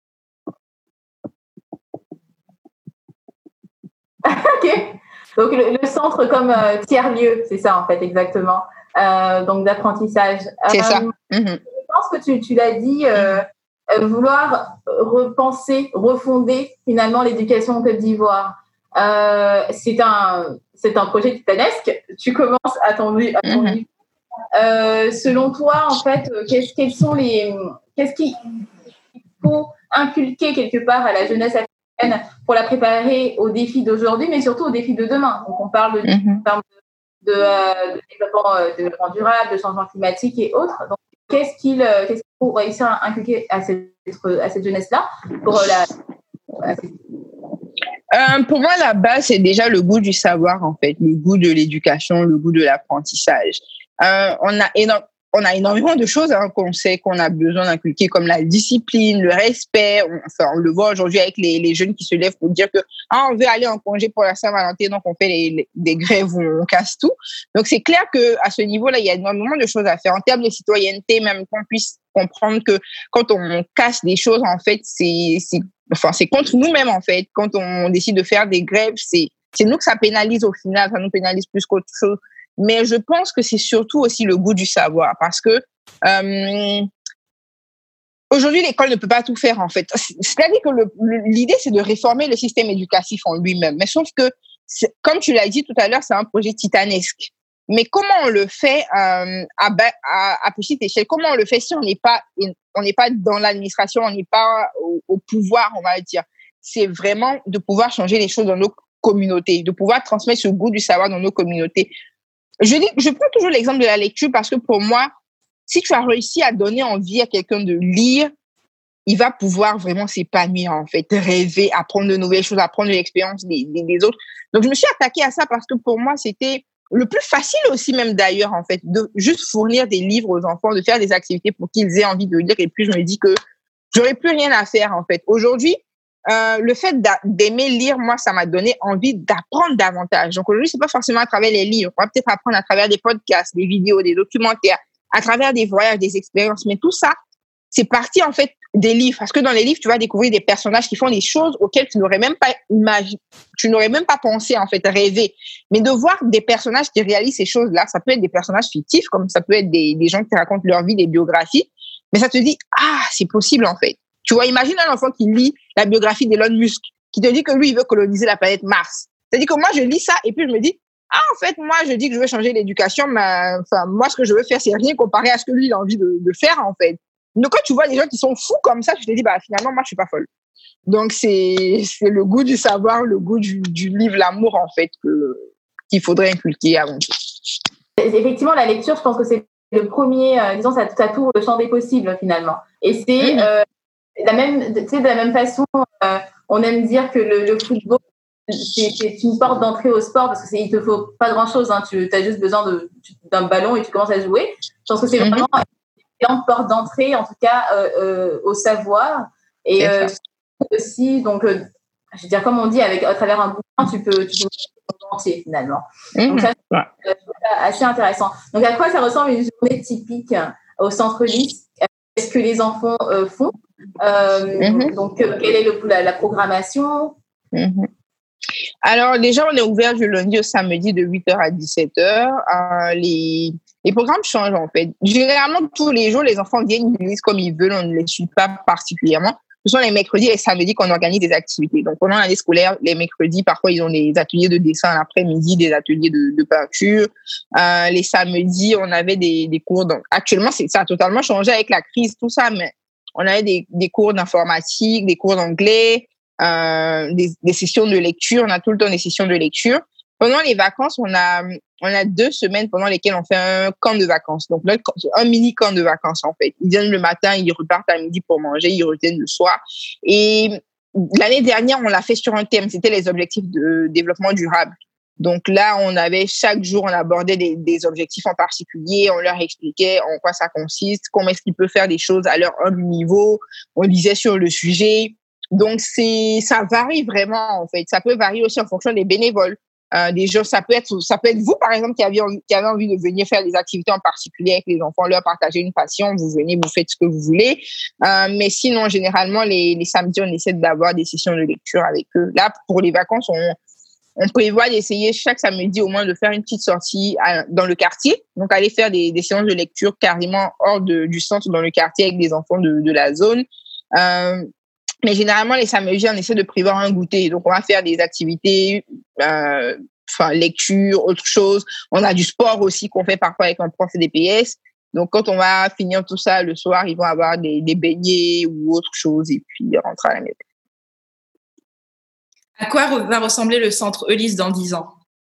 Ok. Donc, le centre comme tiers-lieu, c'est ça, en fait, exactement. Donc, d'apprentissage.
C'est ça.
Je pense que tu l'as dit, vouloir repenser, refonder, finalement, l'éducation en Côte d'Quart. C'est un projet titanesque. Tu commences à ton livre. Selon toi, en fait, qu'est-ce qu'il faut inculquer quelque part à la jeunesse africaine pour la préparer aux défis d'aujourd'hui, mais surtout aux défis de demain? Donc, on parle de développement durable, de changement climatique et autres. Donc, qu'est-ce qu'il faut réussir à inculquer à cette jeunesse-là
pour moi, la base, c'est déjà le goût du savoir, en fait, le goût de l'éducation, le goût de l'apprentissage. On a énormément de choses qu'on sait qu'on a besoin d'inculquer, comme la discipline, le respect. On le voit aujourd'hui avec les jeunes qui se lèvent pour dire que on veut aller en congé pour la Saint-Valentin, donc on fait des grèves où on casse tout. Donc c'est clair que à ce niveau-là, il y a énormément de choses à faire en termes de citoyenneté, même qu'on puisse comprendre que quand on casse des choses, en fait, c'est contre nous-mêmes, en fait. Quand on décide de faire des grèves, c'est nous que ça pénalise au final, ça nous pénalise plus qu'autre chose. Mais je pense que c'est surtout aussi le goût du savoir, parce que aujourd'hui, l'école ne peut pas tout faire, en fait. C'est-à-dire que l'idée, c'est de réformer le système éducatif en lui-même. Mais sauf que, comme tu l'as dit tout à l'heure, c'est un projet titanesque. Mais comment on le fait à petite échelle? Comment on le fait si on n'est pas dans l'administration, on n'est pas au pouvoir, on va dire? C'est vraiment de pouvoir changer les choses dans nos communautés, de pouvoir transmettre ce goût du savoir dans nos communautés. Je prends toujours l'exemple de la lecture parce que pour moi, si tu as réussi à donner envie à quelqu'un de lire, il va pouvoir vraiment s'épanouir, en fait, rêver, apprendre de nouvelles choses, apprendre de l'expérience des autres. Donc, je me suis attaquée à ça parce que pour moi, c'était le plus facile aussi, même d'ailleurs, en fait, de juste fournir des livres aux enfants, de faire des activités pour qu'ils aient envie de lire. Et puis, je me dis que j'aurais plus rien à faire, en fait. Aujourd'hui, le fait d'aimer lire, moi, ça m'a donné envie d'apprendre davantage. Donc, aujourd'hui, c'est pas forcément à travers les livres. On va peut-être apprendre à travers des podcasts, des vidéos, des documentaires, à travers des voyages, des expériences. Mais tout ça, c'est parti, en fait, des livres. Parce que dans les livres, tu vas découvrir des personnages qui font des choses auxquelles tu n'aurais même pas imaginé, tu n'aurais même pas pensé, en fait, rêver. Mais de voir des personnages qui réalisent ces choses-là, ça peut être des personnages fictifs, comme ça peut être des gens qui racontent leur vie, des biographies. Mais ça te dit, c'est possible, en fait. Tu vois, imagine un enfant qui lit la biographie d'Elon Musk, qui te dit que lui, il veut coloniser la planète Mars. C'est-à-dire que moi, je lis ça et puis je me dis, en fait, moi, je dis que je veux changer l'éducation, mais moi, ce que je veux faire, c'est rien comparé à ce que lui, il a envie de faire, en fait. Donc, quand tu vois des gens qui sont fous comme ça, tu te dis, finalement, moi, je suis pas folle. Donc, c'est le goût du savoir, le goût du livre, l'amour, en fait, qu'il faudrait inculquer avant tout.
Effectivement, la lecture, je pense que c'est le premier, disons, ça t'ouvre le champ des possibles, finalement. Et c'est de la même façon, on aime dire que le football, c'est une porte d'entrée au sport parce qu'il te faut pas grand-chose, hein. Tu as juste besoin d'un ballon et tu commences à jouer. Je pense que c'est vraiment une porte d'entrée, en tout cas, au savoir. Et aussi, donc, je veux dire, comme on dit, à travers un bouquin, tu peux entier, finalement. Donc, ça, c'est assez intéressant. Donc, à quoi ça ressemble une journée typique au Centre Lys? Qu'est-ce que les enfants font? Donc, quelle est la programmation?
Alors, déjà, on est ouvert du lundi au samedi de 8h à 17h. Les programmes changent, en fait. Généralement, tous les jours, les enfants viennent, ils lisent comme ils veulent, on ne les suit pas particulièrement. Ce sont les mercredis et les samedis qu'on organise des activités. Donc, pendant l'année scolaire, les mercredis, parfois, ils ont des ateliers de dessin l'après-midi, des ateliers de peinture. Les samedis, on avait des cours. Donc, actuellement, ça a totalement changé avec la crise, tout ça, mais on avait des cours d'informatique, des cours d'anglais, des sessions de lecture. On a tout le temps des sessions de lecture. Pendant les vacances, on a 2 semaines pendant lesquelles on fait un camp de vacances. Donc, un mini camp de vacances, en fait. Ils viennent le matin, ils repartent à midi pour manger, ils reviennent le soir. Et l'année dernière, on l'a fait sur un thème. C'était les objectifs de développement durable. Donc là, chaque jour, on abordait des objectifs en particulier. On leur expliquait en quoi ça consiste, comment est-ce qu'ils peuvent faire des choses à leur humble niveau. On lisait sur le sujet. Donc, ça varie vraiment, en fait. Ça peut varier aussi en fonction des bénévoles. Des gens, ça peut être vous, par exemple, qui avez envie de venir faire des activités en particulier avec les enfants, leur partager une passion, vous venez, vous faites ce que vous voulez. Mais sinon, généralement, les samedis, on essaie d'avoir des sessions de lecture avec eux. Là, pour les vacances, on prévoit d'essayer chaque samedi au moins de faire une petite sortie dans le quartier. Donc, aller faire des séances de lecture carrément hors du centre, dans le quartier avec des enfants de la zone. Mais généralement, les samedis, on essaie de prévoir un goûter. Donc, on va faire des activités, lecture, autre chose. On a du sport aussi qu'on fait parfois avec un prof DPS. Donc, quand on va finir tout ça le soir, ils vont avoir des beignets ou autre chose et puis rentrer à la maison.
À quoi va ressembler le Centre Ulysse dans 10 ans?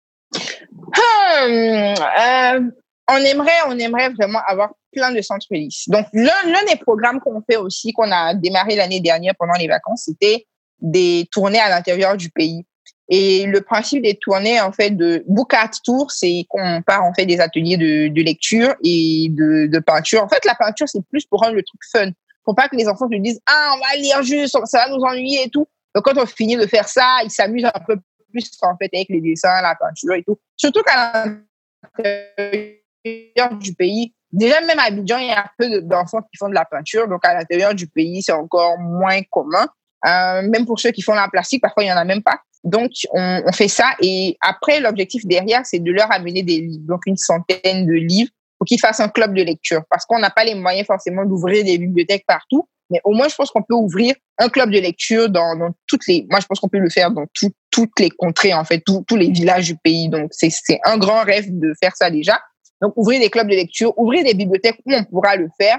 On aimerait vraiment avoir plein de centres Ulysse. Donc, l'un des programmes qu'on fait aussi, qu'on a démarré l'année dernière pendant les vacances, c'était des tournées à l'intérieur du pays. Et le principe des tournées, en fait, de Book Art Tour, c'est qu'on part, en fait, des ateliers de lecture et de peinture. En fait, la peinture, c'est plus pour rendre le truc fun. Faut pas que les enfants se disent, on va lire juste, ça va nous ennuyer et tout. Donc, quand on finit de faire ça, ils s'amusent un peu plus, en fait, avec les dessins, la peinture et tout. Surtout qu'à l'intérieur du pays, déjà, même à Abidjan, il y a un peu d'enfants qui font de la peinture. Donc, à l'intérieur du pays, c'est encore moins commun. Même pour ceux qui font la plastique, parfois, il n'y en a même pas. Donc, on fait ça. Et après, l'objectif derrière, c'est de leur amener des livres. Donc, une centaine de livres pour qu'ils fassent un club de lecture. Parce qu'on n'a pas les moyens forcément d'ouvrir des bibliothèques partout. mais au moins, je pense qu'on peut ouvrir un club de lecture dans moi, je pense qu'on peut le faire dans toutes les contrées, en fait, tous les villages du pays. Donc, c'est un grand rêve de faire ça déjà. Donc, ouvrir des clubs de lecture, ouvrir des bibliothèques où on pourra le faire.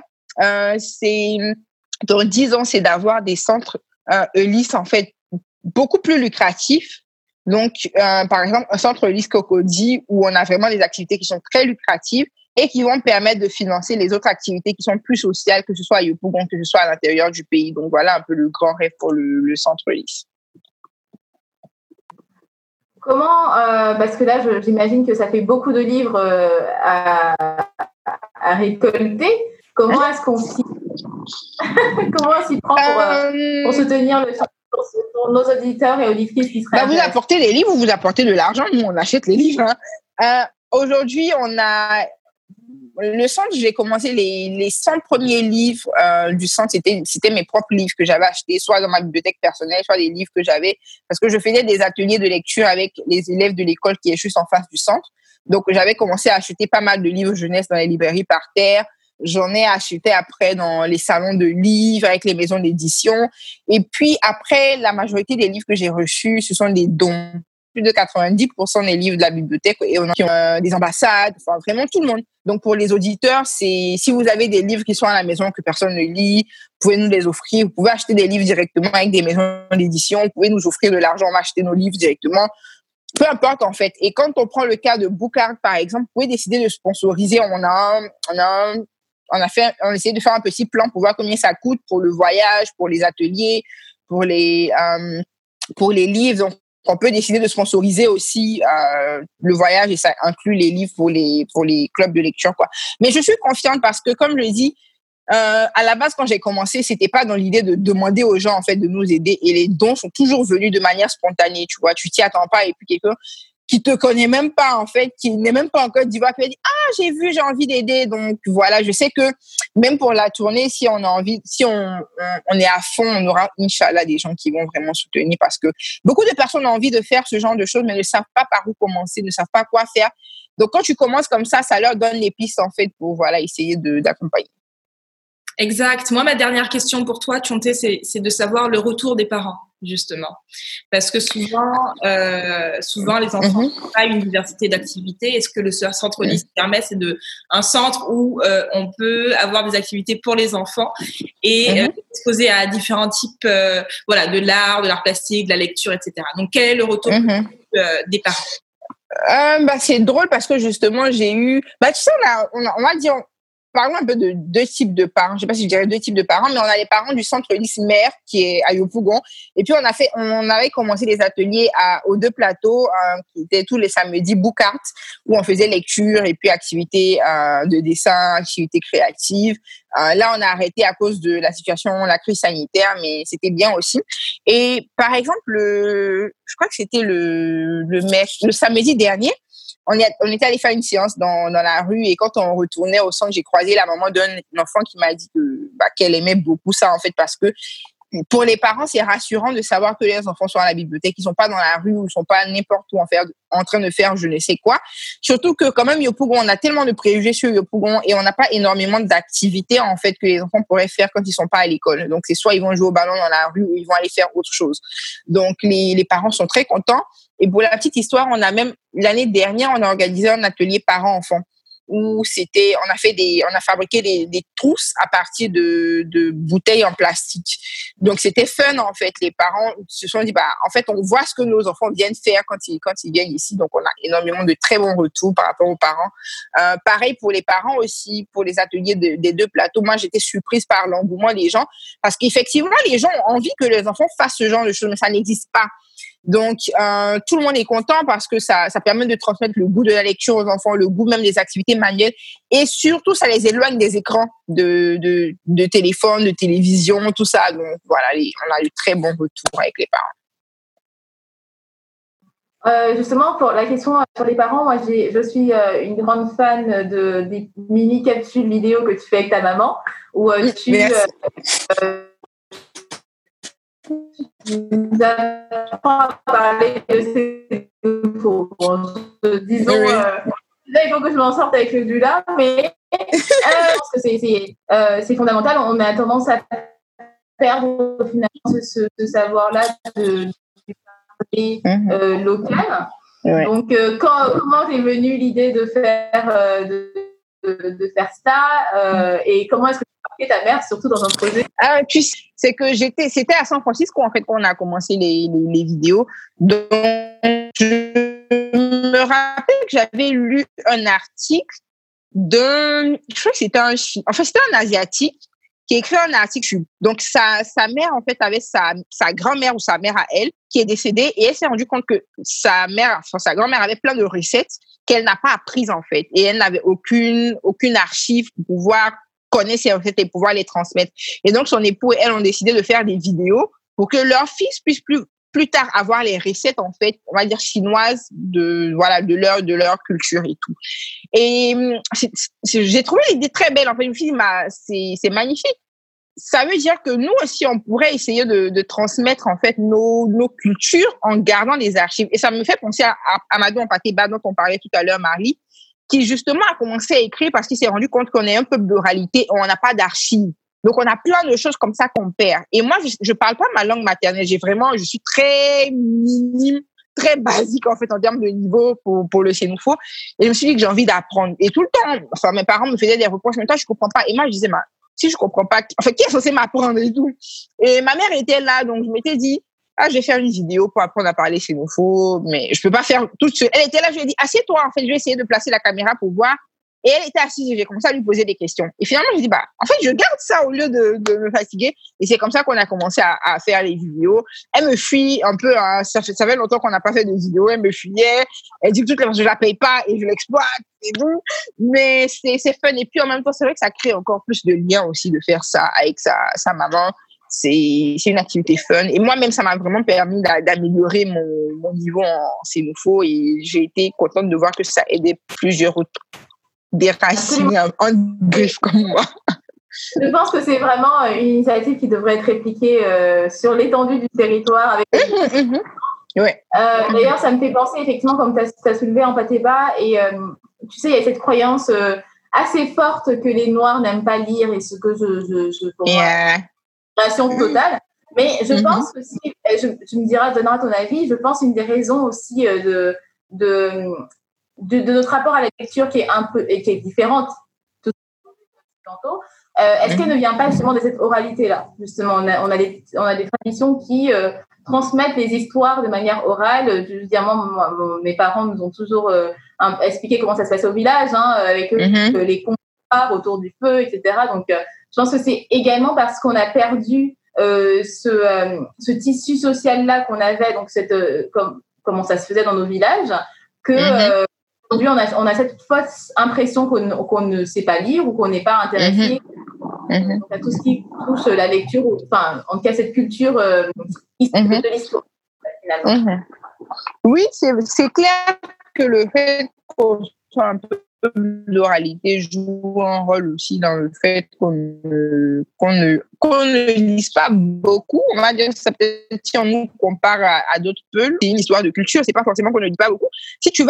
Dans 10 ans, c'est d'avoir des centres Ulysse, en fait, beaucoup plus lucratifs. Donc, par exemple, un centre Ulysse Cocody où on a vraiment des activités qui sont très lucratives et qui vont permettre de financer les autres activités qui sont plus sociales, que ce soit à Yopougon, que ce soit à l'intérieur du pays. Donc, voilà un peu le grand rêve pour le centre Ulysse.
Comment, parce que là, j'imagine que ça fait beaucoup de livres à récolter. Comment est-ce qu'on s'y prend pour soutenir pour nos auditeurs et auditrices qui seraient
vous apportez les livres ou vous apportez de l'argent. Nous, on achète les livres. Aujourd'hui, on a le centre, j'ai commencé les 100 premiers livres du centre, c'était mes propres livres que j'avais achetés, soit dans ma bibliothèque personnelle, soit des livres que j'avais, parce que je faisais des ateliers de lecture avec les élèves de l'école qui est juste en face du centre. Donc, j'avais commencé à acheter pas mal de livres jeunesse dans les librairies par terre. J'en ai acheté après dans les salons de livres avec les maisons d'édition. Et puis après, la majorité des livres que j'ai reçus, ce sont des dons. Plus de 90% des livres de la bibliothèque et on a des ambassades, enfin vraiment tout le monde. Donc pour les auditeurs, si vous avez des livres qui sont à la maison que personne ne lit, vous pouvez nous les offrir. Vous pouvez acheter des livres directement avec des maisons d'édition. Vous pouvez nous offrir de l'argent, on va acheter nos livres directement. Peu importe en fait. Et quand on prend le cas de Bookart par exemple, vous pouvez décider de sponsoriser. On a essayé de faire un petit plan pour voir combien ça coûte pour le voyage, pour les ateliers, pour les livres. Donc, on peut décider de sponsoriser aussi le voyage et ça inclut les livres pour les clubs de lecture, quoi. Mais je suis confiante parce que, comme je le dis, à la base, quand j'ai commencé, c'était pas dans l'idée de demander aux gens, en fait, de nous aider. Et les dons sont toujours venus de manière spontanée, tu vois. Tu t'y attends pas et puis quelqu'un qui te connaît même pas, en fait, qui n'est même pas en Côte d'Ivoire, qui dit, j'ai envie d'aider. Donc, voilà, je sais que même pour la tournée, si on a envie, si on est à fond, on aura, Inch'Allah, des gens qui vont vraiment soutenir parce que beaucoup de personnes ont envie de faire ce genre de choses, mais ne savent pas par où commencer, ne savent pas quoi faire. Donc, quand tu commences comme ça leur donne les pistes, en fait, pour, voilà, essayer d'accompagner.
Exact. Moi, ma dernière question pour toi, Tchonté, c'est de savoir le retour des parents, justement. Parce que souvent les enfants n'ont pas une diversité d'activités. Et ce que le centre Ulysse permet, c'est un centre où on peut avoir des activités pour les enfants et exposer à différents types de l'art plastique, de la lecture, etc. Donc, quel est le retour des parents?
C'est drôle parce que justement, j'ai eu... tu sais, on va dire... Parlons un peu de deux types de parents. Je sais pas si je dirais deux types de parents, mais on a les parents du centre Ulysse Mère qui est à Yopougon. Et puis on avait commencé des ateliers aux deux plateaux qui étaient tous les samedis Bookart où on faisait lecture et puis activités de dessin, activités créatives. Là, on a arrêté à cause de la crise sanitaire, mais c'était bien aussi. Et par exemple, je crois que c'était le samedi dernier. On était allé faire une séance dans la rue et quand on retournait au centre, j'ai croisé la maman d'un enfant qui m'a dit qu'elle aimait beaucoup ça en fait parce que pour les parents, c'est rassurant de savoir que les enfants sont à la bibliothèque, ils sont pas dans la rue ou ils sont pas n'importe où en train de faire je ne sais quoi. Surtout que quand même Yopougon, on a tellement de préjugés sur Yopougon et on n'a pas énormément d'activités en fait que les enfants pourraient faire quand ils sont pas à l'école. Donc c'est soit ils vont jouer au ballon dans la rue ou ils vont aller faire autre chose. Donc les parents sont très contents. Et pour la petite histoire, on a l'année dernière, on a organisé un atelier parents-enfants où on a fabriqué des trousses à partir de bouteilles en plastique. Donc, c'était fun, en fait. Les parents se sont dit, en fait, on voit ce que nos enfants viennent faire quand ils viennent ici. Donc, on a énormément de très bons retours par rapport aux parents. Pareil pour les parents aussi, pour les ateliers des deux plateaux. Moi, j'étais surprise par l'engouement des gens parce qu'effectivement, les gens ont envie que les enfants fassent ce genre de choses, mais ça n'existe pas. Donc, tout le monde est content parce que ça permet de transmettre le goût de la lecture aux enfants, le goût même des activités manuelles et surtout, ça les éloigne des écrans de téléphone, de télévision, tout ça. Donc, voilà, on a eu très bons retours avec les
parents. Justement, pour la question sur les parents, moi, je suis une grande fan des mini-capsules vidéo que tu fais avec ta maman où tu nous apprends à parler de ces disons, là, il faut que je m'en sorte avec le Dula, mais je pense que c'est fondamental. On a tendance à perdre finalement ce savoir-là de local. Ouais. Donc, comment t'es venue l'idée de faire de faire ça et comment est-ce que tu as marqué ta mère, surtout dans un projet?
C'est que c'était à San Francisco en fait qu'on a commencé les vidéos. Donc, je me rappelle que j'avais lu un article je crois que c'était c'était un Asiatique qui a écrit un article. Donc, sa mère, en fait, avait sa grand-mère ou sa mère à elle qui est décédée et elle s'est rendue compte que sa grand-mère avait plein de recettes qu'elle n'a pas apprises, en fait. Et elle n'avait aucune archive pour pouvoir connaître ces recettes et pouvoir les transmettre. Et donc, son époux et elle ont décidé de faire des vidéos pour que leur fils puisse plus tard avoir les recettes, en fait, on va dire chinoises de leur culture et tout. Et j'ai trouvé l'idée très belle. En fait, je me suis dit, c'est magnifique. Ça veut dire que nous aussi, on pourrait essayer de transmettre, en fait, nos cultures en gardant les archives. Et ça me fait penser à Amadou Hampâté-Bâ, dont on parlait tout à l'heure, Marie, qui justement a commencé à écrire parce qu'il s'est rendu compte qu'on est un peuple d'oralité et on n'a pas d'archives. Donc, on a plein de choses comme ça qu'on perd. Et moi, je parle pas ma langue maternelle. Je suis très minime, très basique, en fait, en termes de niveau pour le sénoufo. Et je me suis dit que j'ai envie d'apprendre. Et tout le temps, mes parents me faisaient des reproches. Mais toi, je comprends pas. Et moi, je disais, si je comprends pas, qui est censé m'apprendre et tout? Et ma mère était là. Donc, je m'étais dit, je vais faire une vidéo pour apprendre à parler sénoufo. Mais je peux pas faire tout seul. Elle était là. Je lui ai dit, assieds-toi. En fait, je vais essayer de placer la caméra pour voir. Et elle était assise et j'ai commencé à lui poser des questions. Et finalement, je dis, en fait, je garde ça au lieu de me fatiguer. Et c'est comme ça qu'on a commencé à faire les vidéos. Elle me fuit un peu, hein. Ça fait longtemps qu'on n'a pas fait de vidéos. Elle me fuyait. Elle dit que toutes les fois, je la paye pas et je l'exploite et tout. Mais c'est fun. Et puis, en même temps, c'est vrai que ça crée encore plus de liens aussi de faire ça avec sa maman. C'est une activité fun. Et moi-même, ça m'a vraiment permis d'améliorer mon niveau en sénoufo. Et j'ai été contente de voir que ça aidait plusieurs autres. Des racines en griffe comme moi.
Je pense que c'est vraiment une initiative qui devrait être répliquée sur l'étendue du territoire. Avec
ouais.
D'ailleurs, ça me fait penser, effectivement, comme tu as soulevé Hampâté-Bâ, et tu sais, il y a cette croyance assez forte que les Noirs n'aiment pas lire, et ce que je pour moi, passion totale. Mais je pense aussi, tu me donneras ton avis, je pense une des raisons aussi de notre rapport à la lecture qui est différente tantôt. Est-ce qu'elle ne vient pas justement de cette oralité-là? Justement, on a des traditions qui transmettent les histoires de manière orale. Mes parents nous ont toujours expliqué comment ça se passe au village, avec les contes autour du feu, etc. Donc, je pense que c'est également parce qu'on a perdu ce tissu social-là qu'on avait, donc comment ça se faisait dans nos villages, que aujourd'hui, on a cette fausse impression qu'on ne sait pas lire ou qu'on n'est pas intéressé à tout ce qui touche la lecture, enfin, en tout cas, cette culture de l'histoire, finalement.
Oui, c'est clair que le fait qu'on soit un peu l'oralité joue un rôle aussi dans le fait qu'on ne lise pas beaucoup. On va dire que ça peut-être si on nous compare à d'autres peuples, c'est une histoire de culture, c'est pas forcément qu'on ne lit pas beaucoup. Si tu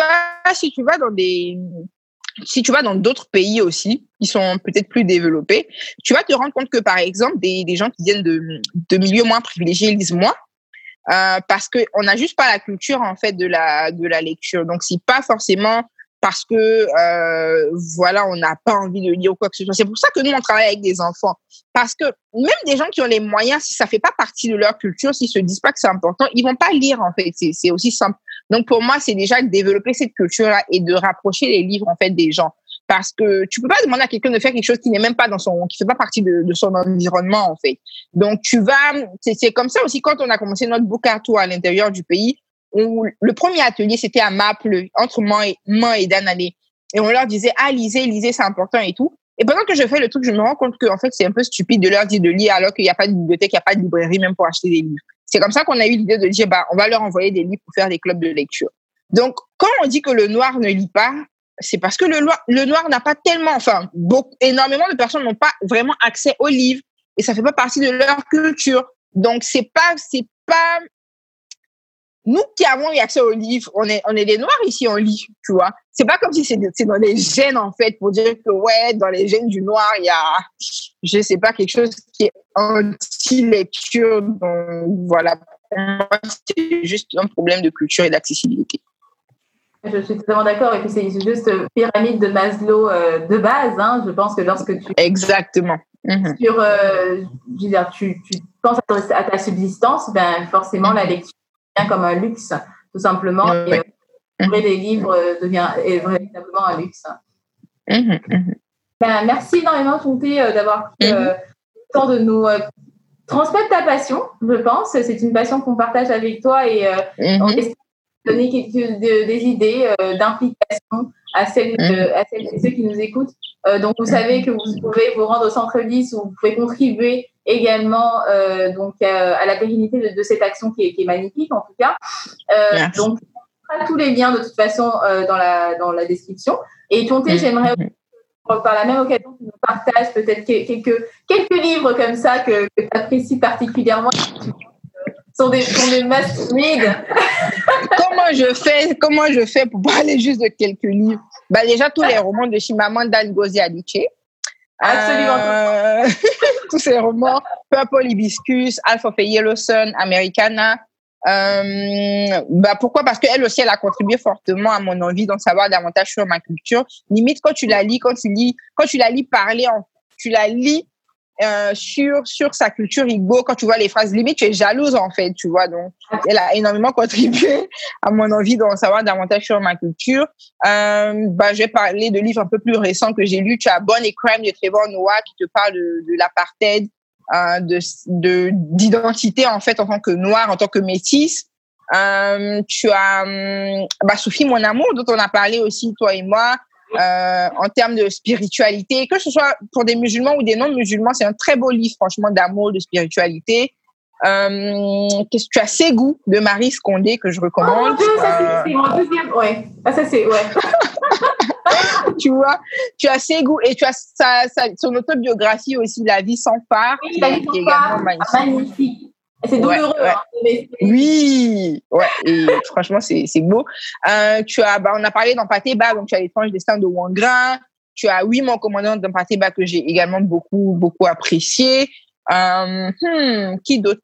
vas dans d'autres pays aussi, qui sont peut-être plus développés, tu vas te rendre compte que, par exemple, des gens qui viennent de milieux moins privilégiés lisent moins, parce qu'on n'a juste pas la culture, en fait, de la lecture. Donc, c'est pas forcément parce que, on n'a pas envie de lire ou quoi que ce soit. C'est pour ça que nous, on travaille avec des enfants. Parce que même des gens qui ont les moyens, si ça fait pas partie de leur culture, s'ils se disent pas que c'est important, ils vont pas lire, en fait. C'est aussi simple. Donc, pour moi, c'est déjà de développer cette culture-là et de rapprocher les livres, en fait, des gens. Parce que tu peux pas demander à quelqu'un de faire quelque chose qui n'est même pas qui fait pas partie de son environnement, en fait. Donc, c'est comme ça aussi quand on a commencé notre book-art tour à l'intérieur du pays, où le premier atelier, c'était à Maple, entre Mans et Dananné. Et on leur disait, lisez, c'est important et tout. Et pendant que je fais le truc, je me rends compte que, en fait, c'est un peu stupide de leur dire de lire alors qu'il n'y a pas de bibliothèque, il n'y a pas de librairie même pour acheter des livres. C'est comme ça qu'on a eu l'idée de dire, on va leur envoyer des livres pour faire des clubs de lecture. Donc, quand on dit que le noir ne lit pas, c'est parce que le noir n'a pas tellement, énormément de personnes n'ont pas vraiment accès aux livres et ça fait pas partie de leur culture. Donc, c'est pas nous qui avons eu accès aux livres, on est des Noirs ici, on lit, tu vois. C'est pas comme si c'est dans les gènes, en fait, pour dire que, ouais, dans les gènes du Noir, il y a, je sais pas, quelque chose qui est anti-lecture. Donc, voilà. Pour moi, c'est juste un problème de culture et d'accessibilité.
Je suis totalement d'accord. Et puis, c'est juste pyramide de Maslow de base. Hein. Je pense que lorsque tu...
Exactement.
Je veux dire, tu penses à ta subsistance, ben, forcément, la lecture devient comme un luxe, tout simplement.
Ouais.
Et ouvrir des livres est véritablement un luxe. Ben, merci énormément, Tonté, d'avoir pris le temps de nous transmettre ta passion, je pense. C'est une passion qu'on partage avec toi et on espère donner des idées d'implication à celles et ceux qui nous écoutent. Donc, vous savez que vous pouvez vous rendre au Centre Lys où vous pouvez contribuer également à la pérennité de cette action qui est magnifique, en tout cas. Donc, on mettra tous les liens, de toute façon, dans la description. Et Tonté, j'aimerais par la même occasion que nous partages peut-être quelques livres comme ça que tu apprécies particulièrement. Sont des must-read.
Comment je fais pour parler juste de quelques livres? Bah, déjà, tous les romans de Chimamanda Ngozi Adichie.
Absolument.
Tous ces romans. Purple Hibiscus, Half of a Yellow Sun, Americana. Pourquoi? Parce qu'elle aussi, elle a contribué fortement à mon envie d'en savoir davantage sur ma culture. Limite, quand tu la lis parler, tu la lis sur sa culture Igbo, quand tu vois les phrases, limite tu es jalouse en fait, tu vois. Donc elle a énormément contribué à mon envie d'en savoir davantage sur ma culture. Je vais parler de livres un peu plus récents que j'ai lus. Tu as Born a Crime de Trevor Noah qui te parle de l'apartheid, d'identité en fait en tant que noire, en tant que métisse. Tu as Sophie Mon Amour dont on a parlé aussi toi et moi. En termes de spiritualité, que ce soit pour des musulmans ou des non-musulmans, c'est un très beau livre, franchement, d'amour, de spiritualité. Tu as Ségou de Marie Scondé que je recommande.
Oh mon Dieu, ça c'est mon deuxième, ouais. Ça c'est, ouais.
Tu vois, tu as Ségou et tu as son autobiographie aussi, La vie sans phare,
qui est également magnifique. C'est douloureux.
Ouais.
Hein,
oui, ouais, et franchement, c'est beau. On a parlé d'Empathé-Ba, donc tu as L'étrange destin de Wangra. Tu as Oui, mon commandant d'Empathé-Ba que j'ai également beaucoup apprécié. Qui d'autre?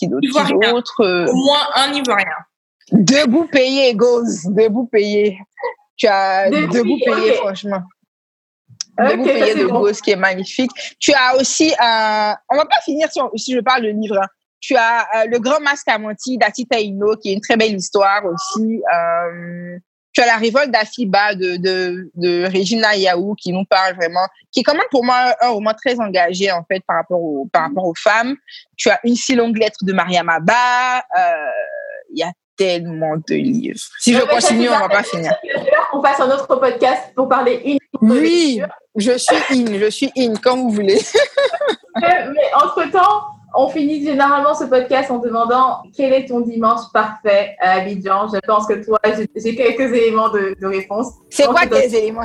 Au moins un Ivoirien.
Debout payé, Gauze. Debout payé. Tu as Debout payé, franchement. Debout payé de Gauze qui est magnifique. Tu as aussi, on va pas finir si je parle de livre, hein. Tu as Le Grand Masque à Monty d'Atita Ino, qui est une très belle histoire aussi. Tu as La Révolte d'Afiba de Regina Yaou, qui nous parle vraiment, qui est quand même pour moi un roman très engagé en fait par rapport aux femmes. Tu as Une si longue lettre de Mariam Abba. Il y a tellement de livres. Si je continue, on va pas finir.
On passe à un autre podcast pour parler uniquement de lecture.
Je suis in, comme vous voulez.
Mais entre-temps, on finit généralement ce podcast en demandant quel est ton dimanche parfait à Abidjan. Je pense que toi, j'ai quelques éléments de réponse.
C'est quoi tes éléments?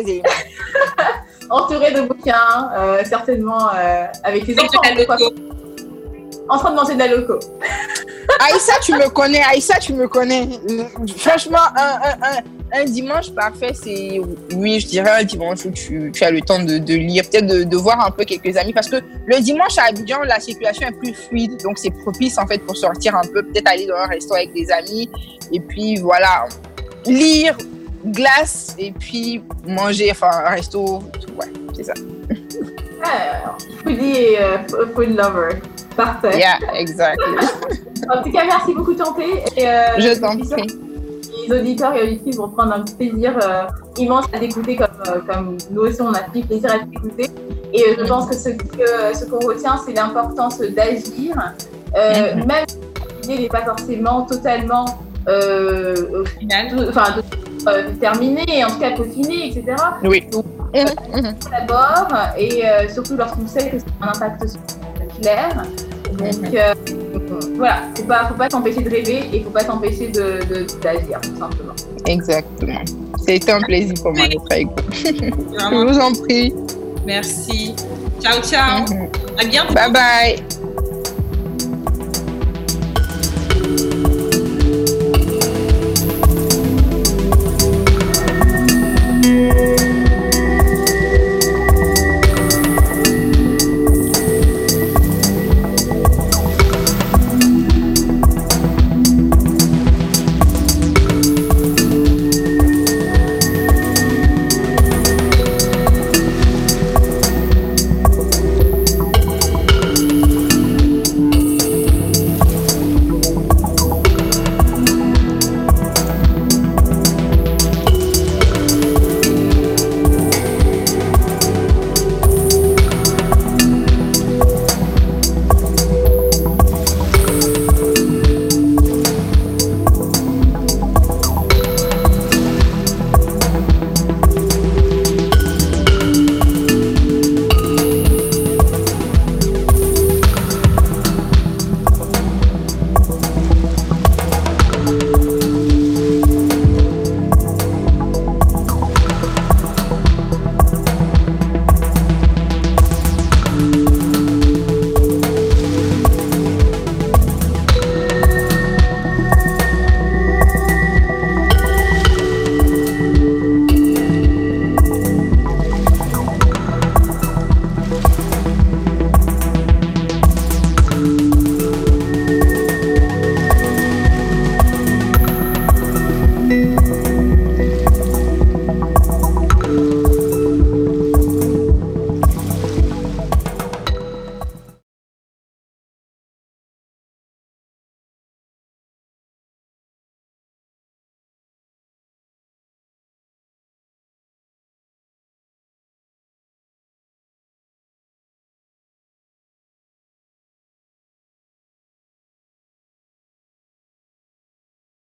Entouré de bouquins, certainement avec les enfants. En train de manger de la loco.
Aïssa, tu me connais. Franchement, un dimanche parfait, c'est, oui, je dirais un dimanche où tu as le temps de lire, peut-être de voir un peu quelques amis. Parce que le dimanche à Abidjan, la circulation est plus fluide. Donc, c'est propice, en fait, pour sortir un peu, peut-être aller dans un resto avec des amis. Et puis, voilà, lire, glace, et puis manger, enfin, un resto, tout, ouais, c'est ça.
Foodie et food lover. Parfait.
Yeah, exactly.
En tout cas, merci beaucoup, Tonté.
Je t'en prie.
Les auditeurs et auditrices vont prendre un plaisir immense à t'écouter comme nous aussi, on a pris plaisir à t'écouter. Et je pense que ce qu'on retient, c'est l'importance d'agir. Même si l'idée n'est pas forcément totalement terminée, en tout cas peaufinée, etc.
Oui.
Donc, d'abord, et surtout lorsqu'on sait que c'est un impact clair. Donc, voilà, faut pas s'empêcher de rêver et faut pas s'empêcher d'agir, tout simplement.
Exactement. C'était un plaisir pour moi d'être avec vous. Je vous en prie.
Merci. Ciao, ciao. À bientôt.
Bye bye.